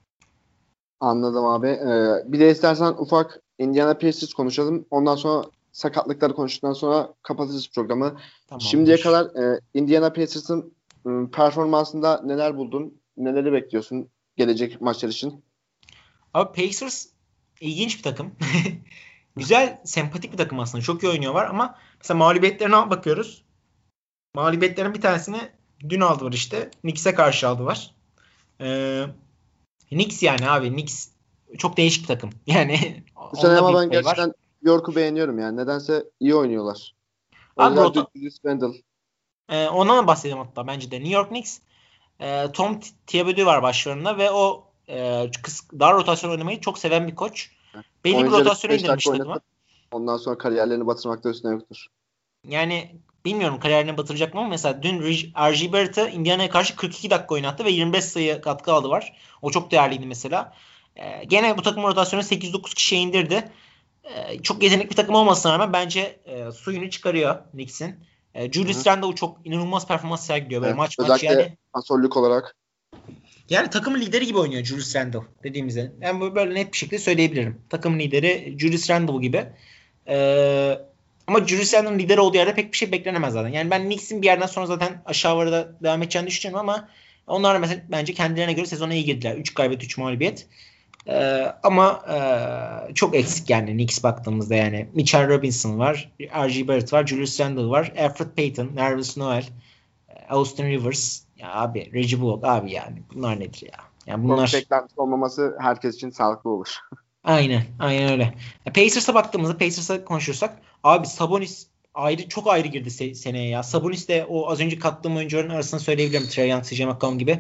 Anladım abi. Ee, bir de istersen ufak Indiana Pacers konuşalım. Ondan sonra sakatlıkları konuştuktan sonra kapatacağız programı. Şimdiye Tamamdır. kadar e, Indiana Pacers'ın e, performansında neler buldun? Neleri bekliyorsun gelecek maçlar için? Abi Pacers ilginç bir takım. Güzel, sempatik bir takım aslında. Çok iyi oynuyorlar ama mesela mağlubiyetlerine bakıyoruz. Mağlubiyetlerin bir tanesini dün aldılar işte. Knicks'e karşı aldılar. Ee, Knicks yani abi. Knicks çok değişik bir takım. Yani Bu sene onda ama bir ben pay var. gerçekten York'u beğeniyorum yani. Nedense iyi oynuyorlar. Abi Özellikle rota, Julius Randle. e, ondan bahsedeyim hatta bence de. New York Knicks e, Tom Thibodeau var başlarında ve o e, kıs, dar rotasyon oynamayı çok seven bir koç. Belli bir Oyuncuları rotasyona kırk beş indirmiş dakika oynatıp takımı. ondan sonra kariyerlerini batırmakta üstüne yoktur. Yani bilmiyorum kariyerini batıracak mı ama mesela dün R J Barrett'ı Indiana'ya karşı kırk iki dakika oynattı ve yirmi beş sayı katkı aldı var. O çok değerliydi mesela. Ee, gene bu takım rotasyonu sekiz dokuz kişiye indirdi. Ee, çok yetenekli bir takım olmasına rağmen bence e, suyunu çıkarıyor Knicks'in. E, Hı hı. Julius Randle çok inanılmaz performans sergiliyor böyle Evet. maç maç Özellikle yani. pasörlük olarak. Yani takımın lideri gibi oynuyor Julius Randle dediğimizde. Ben yani böyle net bir şekilde söyleyebilirim. Takımın lideri Julius Randle gibi. Ee, ama Julius Randle'ın lider olduğu yerde pek bir şey beklenemez zaten. Yani ben Knicks'in bir yerden sonra zaten aşağı da devam edeceğini düşünüyorum ama onlar mesela bence kendilerine göre sezona iyi girdiler. üç galibiyet üç mağlubiyet. Ee, ama e, çok eksik yani Knicks baktığımızda yani. Mitchell Robinson var, R J Barrett var, Julius Randle var, Alfred Payton, Nervous Noel, Austin Rivers. Ya abi Reggie Bullock abi yani. Bunlar nedir ya? Yani Çok bunlar beklentisi olmaması herkes için sağlıklı olur. aynen. Aynen öyle. Ya Pacers'a baktığımızda Pacers'a konuşursak abi Sabonis ayrı çok ayrı girdi se- seneye ya. Sabonis de o az önce kattığım oyuncuların arasında söyleyebilirim. Trae Young, C J McCollum gibi.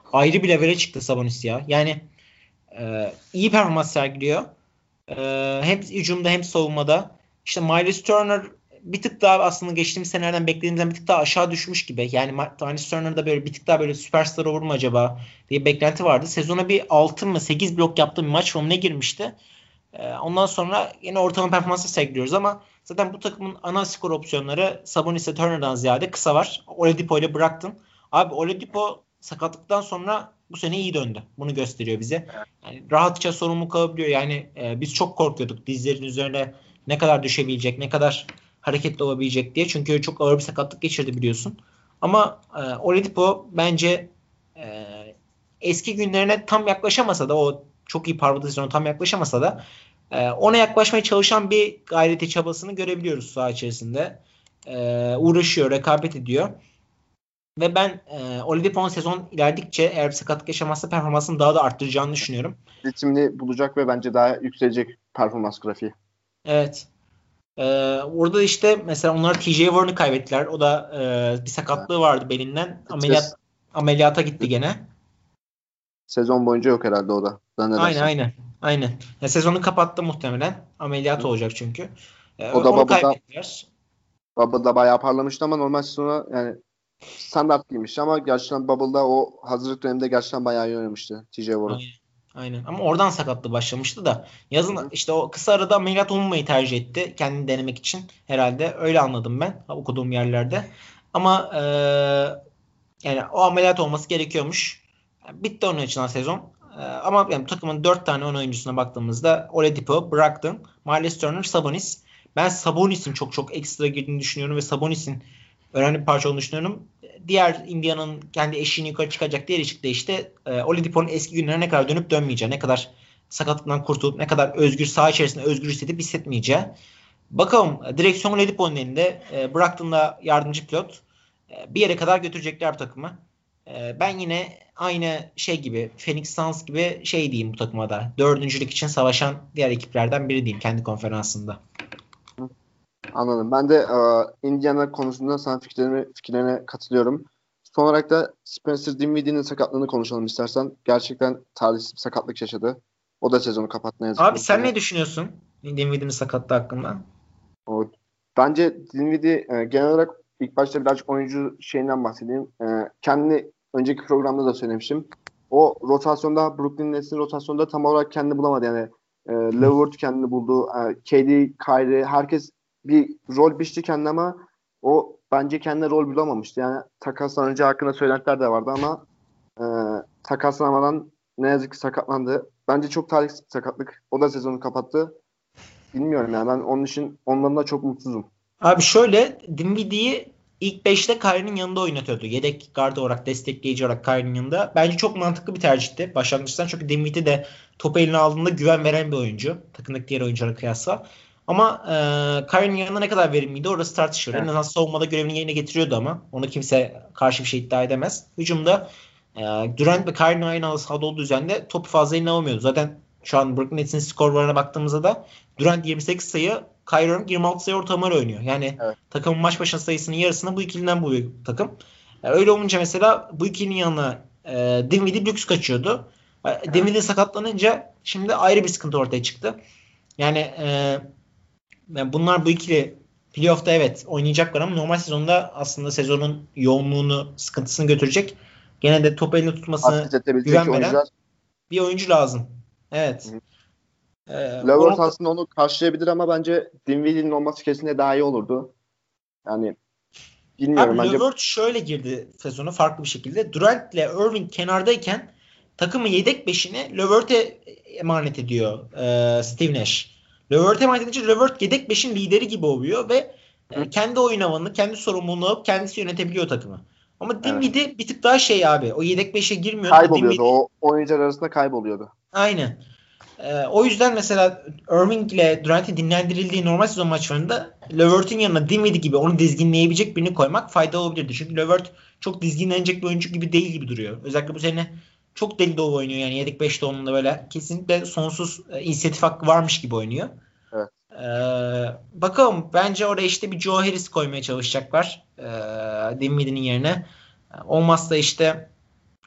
ayrı bir levele çıktı Sabonis ya. Yani e, iyi performans sergiliyor. E, hem hücumda hem savunmada. İşte Miles Turner bir tık daha aslında geçtiğimiz senelerden beklediğimizden bir tık daha aşağı düşmüş gibi. Yani Miles Turner'da böyle bir tık daha böyle süperstar olur mu acaba diye beklenti vardı. Sezona bir altı mı sekiz blok yaptığı bir maç ne girmişti. E, ondan sonra yine ortalama performansı sergiliyoruz ama zaten bu takımın ana skor opsiyonları Sabonis'e Turner'dan ziyade kısa var. Oladipo ile bıraktın. Abi Oladipo sakatlıktan sonra bu sene iyi döndü. Bunu gösteriyor bize. Yani rahatça sorumluluk alabiliyor. Yani e, biz çok korkuyorduk dizlerin üzerine ne kadar düşebilecek, ne kadar hareketli olabilecek diye. Çünkü çok ağır bir sakatlık geçirdi biliyorsun. Ama e, Oladipo bence e, eski günlerine tam yaklaşamasa da o çok iyi parladığı sezonu tam yaklaşamasa da e, ona yaklaşmaya çalışan bir gayreti çabasını görebiliyoruz saha içerisinde. E, uğraşıyor, rekabet ediyor. Ve ben e, Oladipo'nun sezon ilerledikçe eğer bir sakatlık yaşamazsa performansını daha da arttıracağını düşünüyorum. Ritimini bulacak ve bence daha yükselecek performans grafiği. Evet. E, orada işte mesela onlar T J Warren'ı kaybettiler. O da e, bir sakatlığı vardı belinden. Ameliyat ameliyata gitti gene. Sezon boyunca yok herhalde o da. Aynen Zannedersem. aynen. Aynen. Ya, sezonu kapattı muhtemelen. Ameliyat Hı. olacak çünkü. E, O da onu Bubble'da, kaybettiler. Bubble'da bayağı parlamıştı ama normal sezona yani standart giymiş ama gerçekten Bubble'da o hazırlık döneminde gerçekten bayağı iyi oynamıştı T J Warren. Aynen. Aynen. Ama oradan sakatlı başlamıştı da. Hı Yazın hı. işte o kısa arada ameliyat olmamayı tercih etti. Kendini denemek için herhalde. Öyle anladım ben okuduğum yerlerde. Ama e, yani o ameliyat olması gerekiyormuş. Yani bitti onun için sezon. E, ama yani takımın dört tane ön oyuncusuna baktığımızda Oladipo, Brogdon, Miles Turner, Sabonis. Ben Sabonis'in çok çok ekstra girdiğini düşünüyorum ve Sabonis'in önemli bir parça olduğunu düşünüyorum. Diğer Indiana'nın kendi eşiğini yukarı çıkacak diğer ışıkta işte e, Oladipo'nun eski günlerine ne kadar dönüp dönmeyeceği, ne kadar sakatlıktan kurtulup ne kadar özgür saha içerisinde özgür hissedip hissetmeyeceği. Bakalım direksiyon Oladipo'nun elinde. E, Brogdon'la yardımcı pilot. E, bir yere kadar götürecekler bu takımı. E, ben yine aynı şey gibi Phoenix Suns gibi şey diyeyim bu takıma da. Dördüncülük için savaşan diğer ekiplerden biri diyeyim kendi konferansında. Hı. Anladım. Ben de e, Indiana konusunda sana fikirlerine, fikirlerine katılıyorum. Son olarak da Spencer Dinwiddie'nin sakatlığını konuşalım istersen. Gerçekten talihsiz bir sakatlık yaşadı. O da sezonu kapattı ne yazık Abi ki. sen Yani ne düşünüyorsun Dinwiddie'nin sakatlığı hakkında? o, bence Dinwiddie e, genel olarak ilk başta birazcık oyuncu şeyinden bahsedeyim. E, kendini önceki programda da söylemiştim. O rotasyonda Brooklyn Nets'in rotasyonda tam olarak kendini bulamadı. Yani e, Levert kendini buldu. E, K D, Kyrie herkes bir rol biçti kendine ama o bence kendine rol bulamamıştı. Yani takaslanınca hakkında söylentiler de vardı ama e, takaslanamadan ne yazık ki sakatlandı. Bence çok talihsiz bir sakatlık. O da sezonu kapattı. Bilmiyorum yani ben onun için ondan da çok mutsuzum. Abi şöyle Dinwiddie'yi ilk beşte Kyrie'nin yanında oynatıyordu. Yedek guard olarak destekleyici olarak Kyrie'nin yanında. Bence çok mantıklı bir tercihti başlangıçtan. Çünkü Dinwiddie de topu eline aldığında güven veren bir oyuncu. Takımdaki diğer oyunculara kıyasla. Ama e, Kyrie'nin yanında ne kadar verimliydi orası tartışılır. En Evet. azından savunmada görevini yerine getiriyordu ama. Onu kimse karşı bir şey iddia edemez. Hücumda e, Durant ve Kyrie'nin aynı sahada olduğu düzende topu fazla eline alamıyordu. Zaten şu an Brooklyn Nets'in skorlarına baktığımızda da Durant yirmi sekiz sayı, Kyrie Irving yirmi altı sayı ortalamalar oynuyor. Yani Evet. takımın maç başına sayısının yarısını bu ikiliden buluyor takım. Yani öyle olunca mesela bu ikilinin yanına e, Dinwiddie lüks kaçıyordu. E, Dinwiddie sakatlanınca şimdi ayrı bir sıkıntı ortaya çıktı. Yani, e, yani bunlar bu ikili playoff'ta evet oynayacaklar ama normal sezonda aslında sezonun yoğunluğunu, sıkıntısını götürecek. Gene de top elinde tutmasını Asist edebilecek güven veren oyuncular. bir oyuncu lazım. Evet. Hı. E, o Levert nokta aslında onu karşılayabilir ama bence Dinwiddie'nin olması kesinlikle daha iyi olurdu. Yani bilmiyorum Abi bence. Levert şöyle girdi sezonu farklı bir şekilde. Durant ile Irving kenardayken takımın yedek beşini Levert'e emanet ediyor e, Steve Nash. Levert'e emanet edince Levert yedek beşin lideri gibi oluyor ve Hı, e, kendi oyun alanını, kendi sorumluluğunu alıp kendisi yönetebiliyor takımı. Ama evet. Dinwiddie bir tık daha şey abi. O yedek beşe girmiyordu da Kayboluyordu. Dinwiddie O oyuncular arasında kayboluyordu. aynen. Ee, o yüzden mesela Irving ile Durant'in dinlendirildiği normal sezon maçlarında Levert'in yanına Dinwiddie gibi onu dizginleyebilecek birini koymak faydalı olabilirdi. Çünkü Levert çok dizginlenecek bir oyuncu gibi değil gibi duruyor. Özellikle bu sene çok deli dolu oynuyor yani yedek beşte onunla böyle kesinlikle sonsuz e, inisiyatif hakkı varmış gibi oynuyor. Evet. Ee, bakalım bence oraya işte bir Joe Harris koymaya çalışacaklar ee, Dinwiddie'nin yerine. Olmazsa işte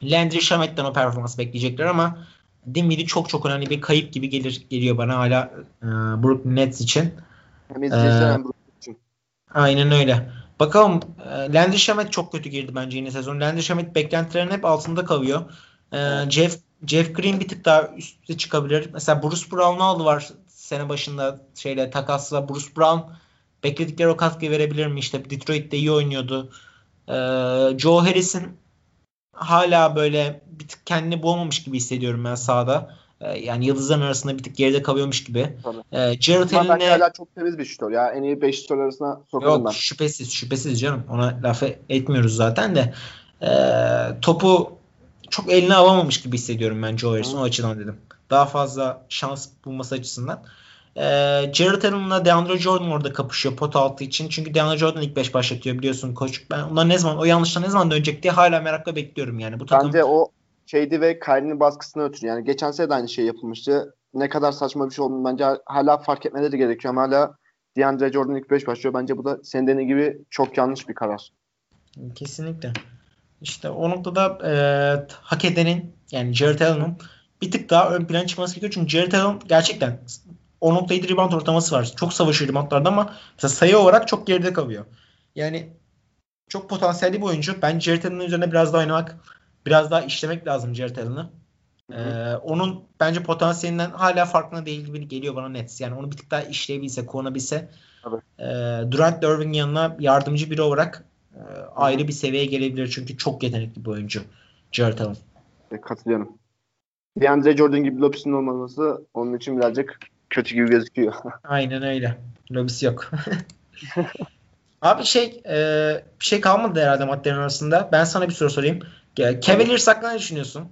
Landry Shamet'ten o performans bekleyecekler ama Dinwiddie çok çok önemli bir kayıp gibi gelir geliyor bana hala e, Brooklyn Nets için. Hem E, izleyiciler hem Brooklyn için. aynen öyle. Bakalım e, Landry Shamet çok kötü girdi bence yine sezon. Landry Shamet beklentilerin hep altında kalıyor. E, Evet. Jeff Jeff Green bir tık daha üste çıkabilir. Mesela Bruce Brown'u aldı var sene başında şeyle takasla. Bruce Brown bekledikleri o katkıyı verebilir mi? İşte Detroit'te iyi oynuyordu. E, Joe Harris'in hala böyle bir tık kendini bulamamış gibi hissediyorum ben sahada. Ee, yani yıldızların arasında bir tık geride kalıyormuş gibi. Tabii. Ee, Jarrett Ama bence Allen'le hala çok temiz bir şutör ya. En iyi beş şutör arasına sokarım yok ben. şüphesiz şüphesiz canım. Ona laf etmiyoruz zaten de. Ee, topu çok eline alamamış gibi hissediyorum ben Joe Harris'in. Hı. O açıdan dedim. Daha fazla şans bulması açısından. Ee, Jarrett Allen'la DeAndre Jordan orada kapışıyor pot altı için. Çünkü DeAndre Jordan ilk beş başlatıyor biliyorsun koç. Ben onlar ne zaman o yanlıştan ne zaman dönecek diye hala merakla bekliyorum yani. Bu takım Bence o şeydi ve Kyrie'nin baskısına ötürü. Yani geçen sene de aynı şey yapılmıştı. Ne kadar saçma bir şey olduğunu bence hala fark etmeleri gerekiyor ama hala DeAndre Jordan ilk beş başlıyor. Bence bu da senin dediğin gibi çok yanlış bir karar. kesinlikle. İşte o noktada e, hak edenin yani Jarrett Allen'ın bir tık daha ön plana çıkması gerekiyor. Çünkü Jarrett Allen gerçekten on nokta yedi rebound ortalaması var. Çok savaşıyor reboundlarda ama mesela sayı olarak çok geride kalıyor. Yani çok potansiyelli bir oyuncu. Ben Jarrett Allen'ın üzerine biraz daha oynamak, biraz daha işlemek lazım Jarrett Allen'ı. Hı hı. Ee, onun bence potansiyelinden hala farkında değil gibi geliyor bana Nets. Yani onu bir tık daha işleyebilse, kullanabilse Tabii. e, Durant Irving yanına yardımcı biri olarak e, Hı hı. ayrı bir seviyeye gelebilir. Çünkü çok yetenekli bir oyuncu Jarrett Allen. E, Katılıyorum. DeAndre Jordan gibi Lopez'in olmaması onun için birazcık kötü gibi gözüküyor. Aynen öyle. Lobisi yok. Abi şey e, bir şey kalmadı herhalde maddelerin arasında. Ben sana bir soru sorayım. Tabii. Cavaliers hakkında ne düşünüyorsun?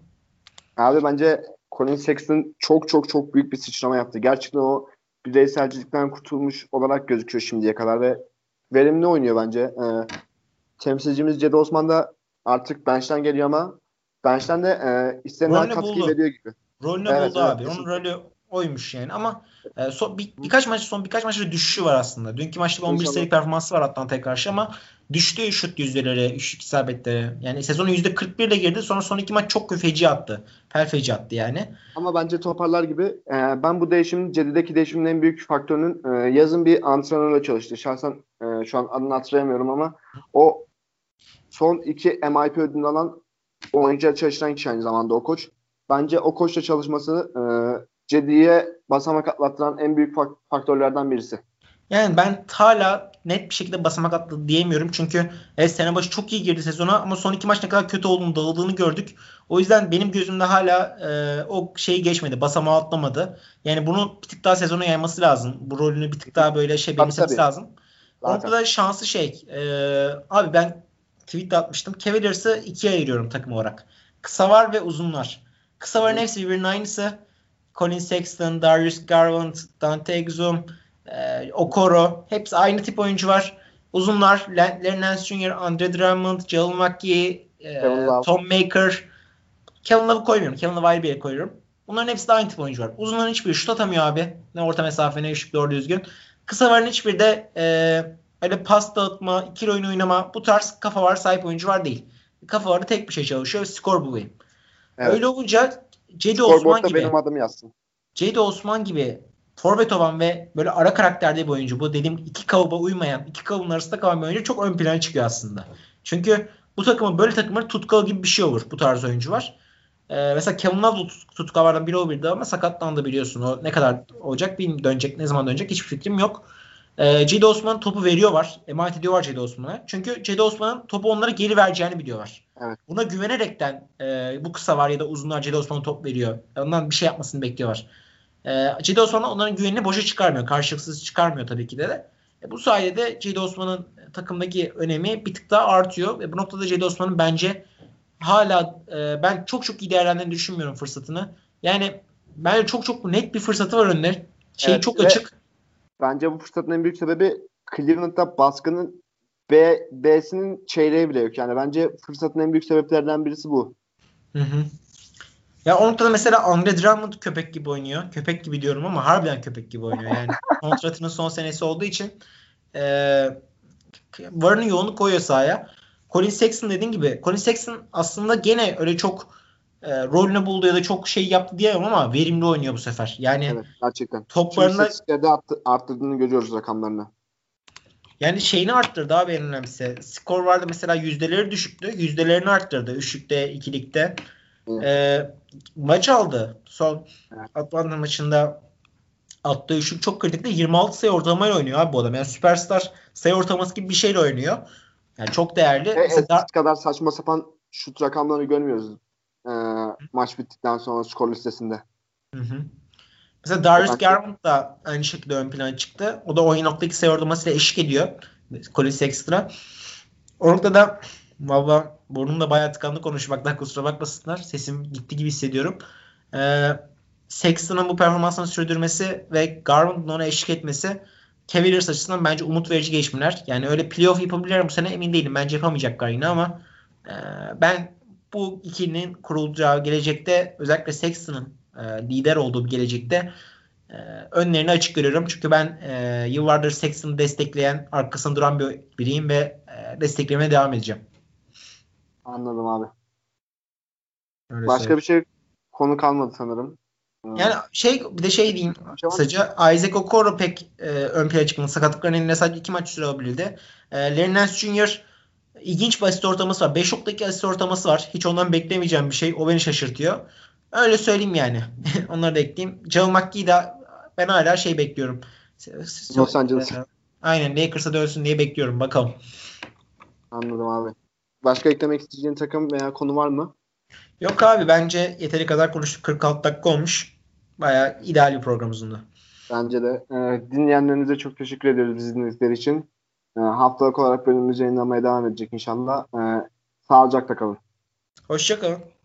Abi bence Colin Sexton çok çok çok büyük bir sıçrama yaptı. Gerçekten o bireyselcilikten kurtulmuş olarak gözüküyor şimdiye kadar ve verimli oynuyor bence. Ee, temsilcimiz Cedi Osman da artık bench'ten geliyor ama bench'ten de e, istenilen Rolünü katkıyı buldu. veriyor gibi. Rolünü Evet buldu evet abi. Onun kesinlikle. rolü oymuş yani ama e, son, bir, birkaç maç son birkaç maçta düşüşü var aslında. Dünkü maçta on bir İnşallah. sayı performansı var Atlanta'ya karşı ama düştü şut yüzdeleri, şut isabetleri. Yani sezonu yüzde kırk bir ile girdi. Sonra son iki maç çok feci attı. Pel feci attı yani. Ama bence toparlar gibi. Ee, ben bu değişimin, Cedi'deki değişimin en büyük faktörünün e, yazın bir antrenörle çalıştı. Şahsen e, şu an adını hatırlayamıyorum ama o son iki M I P ödülünü alan oyuncuya çalıştıran kişi aynı zamanda o koç. Bence o koçla çalışması e, Cedi'ye basamak atlattıran en büyük fak- faktörlerden birisi. Yani ben hala net bir şekilde basamak attı diyemiyorum. Çünkü evet, sene başı çok iyi girdi sezona ama son iki maç ne kadar kötü olduğunu, dağıldığını gördük. O yüzden benim gözümde hala e, o şeyi geçmedi. Basamağı atlamadı. Yani bunu bir tık daha sezona yayması lazım. Bu rolünü bir tık daha böyle şey Tabii benimsemesi tabii. lazım. O Zaten. noktada şansı şey. E, abi ben tweet atmıştım. Cavaliers'ı ikiye ayırıyorum takım olarak. Kısa var ve uzun var. Kısa varın Hı-hı. hepsi birbirinin aynısı. Colin Sexton, Darius Garland, Dante Exum, e, Okoro. Hepsi aynı tip oyuncu var. Uzunlar Larry Nance Junior, Andre Drummond, Jalen McGee, Kevin e, Love. Tom Maker. Kevin Love'ı koymuyorum. Kevin Love'ı ayrı bir yere koyuyorum. Bunların hepsi de aynı tip oyuncu var. Uzunların hiçbiri şut atamıyor abi. Ne orta mesafe ne şut doğru düzgün. Kısaların hiçbiri de e, öyle pas dağıtma, ikili oyun oynama bu tarz kafa var sahip oyuncu var değil. Kafa varı tek bir şey çalışıyor ve skor bulayım. Öyle Evet. olunca Cedi Osman Scoreboard'da benim gibi adım yazsın. Cedi Osman gibi forvet olan ve böyle ara karakterde bir oyuncu. Bu dediğim iki kalıba uymayan, iki kalıbın arasında kalan bir oyuncu çok ön plana çıkıyor aslında. Çünkü bu takımın böyle takımların tutkalı gibi bir şey olur. Bu tarz oyuncu var. Ee, mesela Kevin Love tutkalardan biri olabilirdi ama sakatlandı biliyorsun. O ne kadar olacak bilmiyorum. Dönecek, ne zaman dönecek hiçbir fikrim yok. Ee, Cedi Osman topu veriyorlar. Emanet ediyorlar Cedi Osman'a. Çünkü Cedi Osman'ın topu onlara geri vereceğini biliyorlar. Evet. Buna güvenerekten e, bu kısa var ya da uzunlar Cedi Osman'a top veriyor. Ondan bir şey yapmasını bekliyorlar. E, Cedi Osman onların güvenini boşa çıkarmıyor. Karşılıksız çıkarmıyor tabii ki de. de. E, bu sayede Cedi Osman'ın takımdaki önemi bir tık daha artıyor. Ve bu noktada Cedi Osman'ın bence hala e, ben çok çok iyi değerlendirdiğini düşünmüyorum fırsatını. Yani bence çok çok net bir fırsatı var önüne. Şeyi Evet çok ve açık. bence bu fırsatın en büyük sebebi Cleveland'da baskının B, B'sinin çeyreği bile yok. Yani bence fırsatın en büyük sebeplerden birisi bu. Hı hı. Ya o noktada mesela Andre Drummond köpek gibi oynuyor. Köpek gibi diyorum ama harbiden köpek gibi oynuyor. Yani kontratının son senesi olduğu için e, varını yoğunu koyuyor sahaya. Colin Sexton dediğin gibi. Colin Sexton aslında gene öyle çok e, rolünü buldu ya da çok şey yaptı diyemem ama verimli oynuyor bu sefer. Yani Evet, gerçekten. Tüm toplarında istatistiklerde arttı, arttırdığını görüyoruz rakamlarını. yani şeyini arttırdı abi en önemlisi. Skor vardı mesela yüzdeleri düşüktü. Yüzdelerini arttırdı. Üçlükte, ikilikte. Evet. E, maç aldı. Son Evet. Atlanta maçında attığı üçlük çok kritikti. yirmi altı sayı ortalamayla oynuyor abi bu adam. Yani süperstar sayı ortalaması gibi bir şeyle oynuyor. Yani çok değerli. Ve Mesela eskisi kadar saçma sapan şut rakamlarını görmüyoruz. Ee, maç bittikten sonra skor listesinde. Hı hı. Mesela Darius Bence Garland da aynı şekilde ön plana çıktı. O da on nokta iki sayı ortalamasıyla eşlik ediyor. Colin Sexton'a. O noktada valla burnum da bayağı tıkandı konuşmaktan, kusura bakmasınlar. Sesim gitti gibi hissediyorum. Ee, Sexton'ın bu performansını sürdürmesi ve Garland'ın ona eşlik etmesi Cavaliers açısından bence umut verici gelişmeler. Yani öyle playoff yapabilirler bu sene, emin değilim. Bence yapamayacaklar yine ama e, ben bu ikilinin kurulacağı gelecekte, özellikle Sexton'ın e, lider olduğu bir gelecekte e, önlerini açık görüyorum. Çünkü ben e, yıllardır Sexton'ı destekleyen, arkasında duran bir biriyim ve e, desteklemeye devam edeceğim. anladım abi. Öyle Başka söyleyeyim. bir şey konu kalmadı sanırım. Ee, Yani şey, bir de şey diyeyim bir şey var mı? kısaca, Isaac Okoro pek e, ön plana çıkmadı. Sakatlıkların elinde sadece iki maç süre alabildi. E, Larry Nance Junior ilginç bir asist ortalaması var. beş nokta iki asist ortalaması var. Hiç ondan beklemeyeceğim bir şey. O beni şaşırtıyor. Öyle söyleyeyim yani. Onları da ekleyeyim. Joel McGee'yi de ben hala şey bekliyorum. Los E, Angeles. aynen Lakers'a dönsün diye bekliyorum. Bakalım. Anladım abi. Başka eklemek isteyeceğin takım veya konu var mı? Yok abi, bence yeteri kadar konuştuk. kırk altı dakika olmuş. Bayağı ideal bir program uzunluğu. Bence de. Ee, dinleyenlerinize çok teşekkür ediyoruz bizi dinledikleri için. Ee, haftalık olarak bölümümüz yayınlamaya devam edecek inşallah. Ee, sağlıcakla kalın. Hoşça kalın.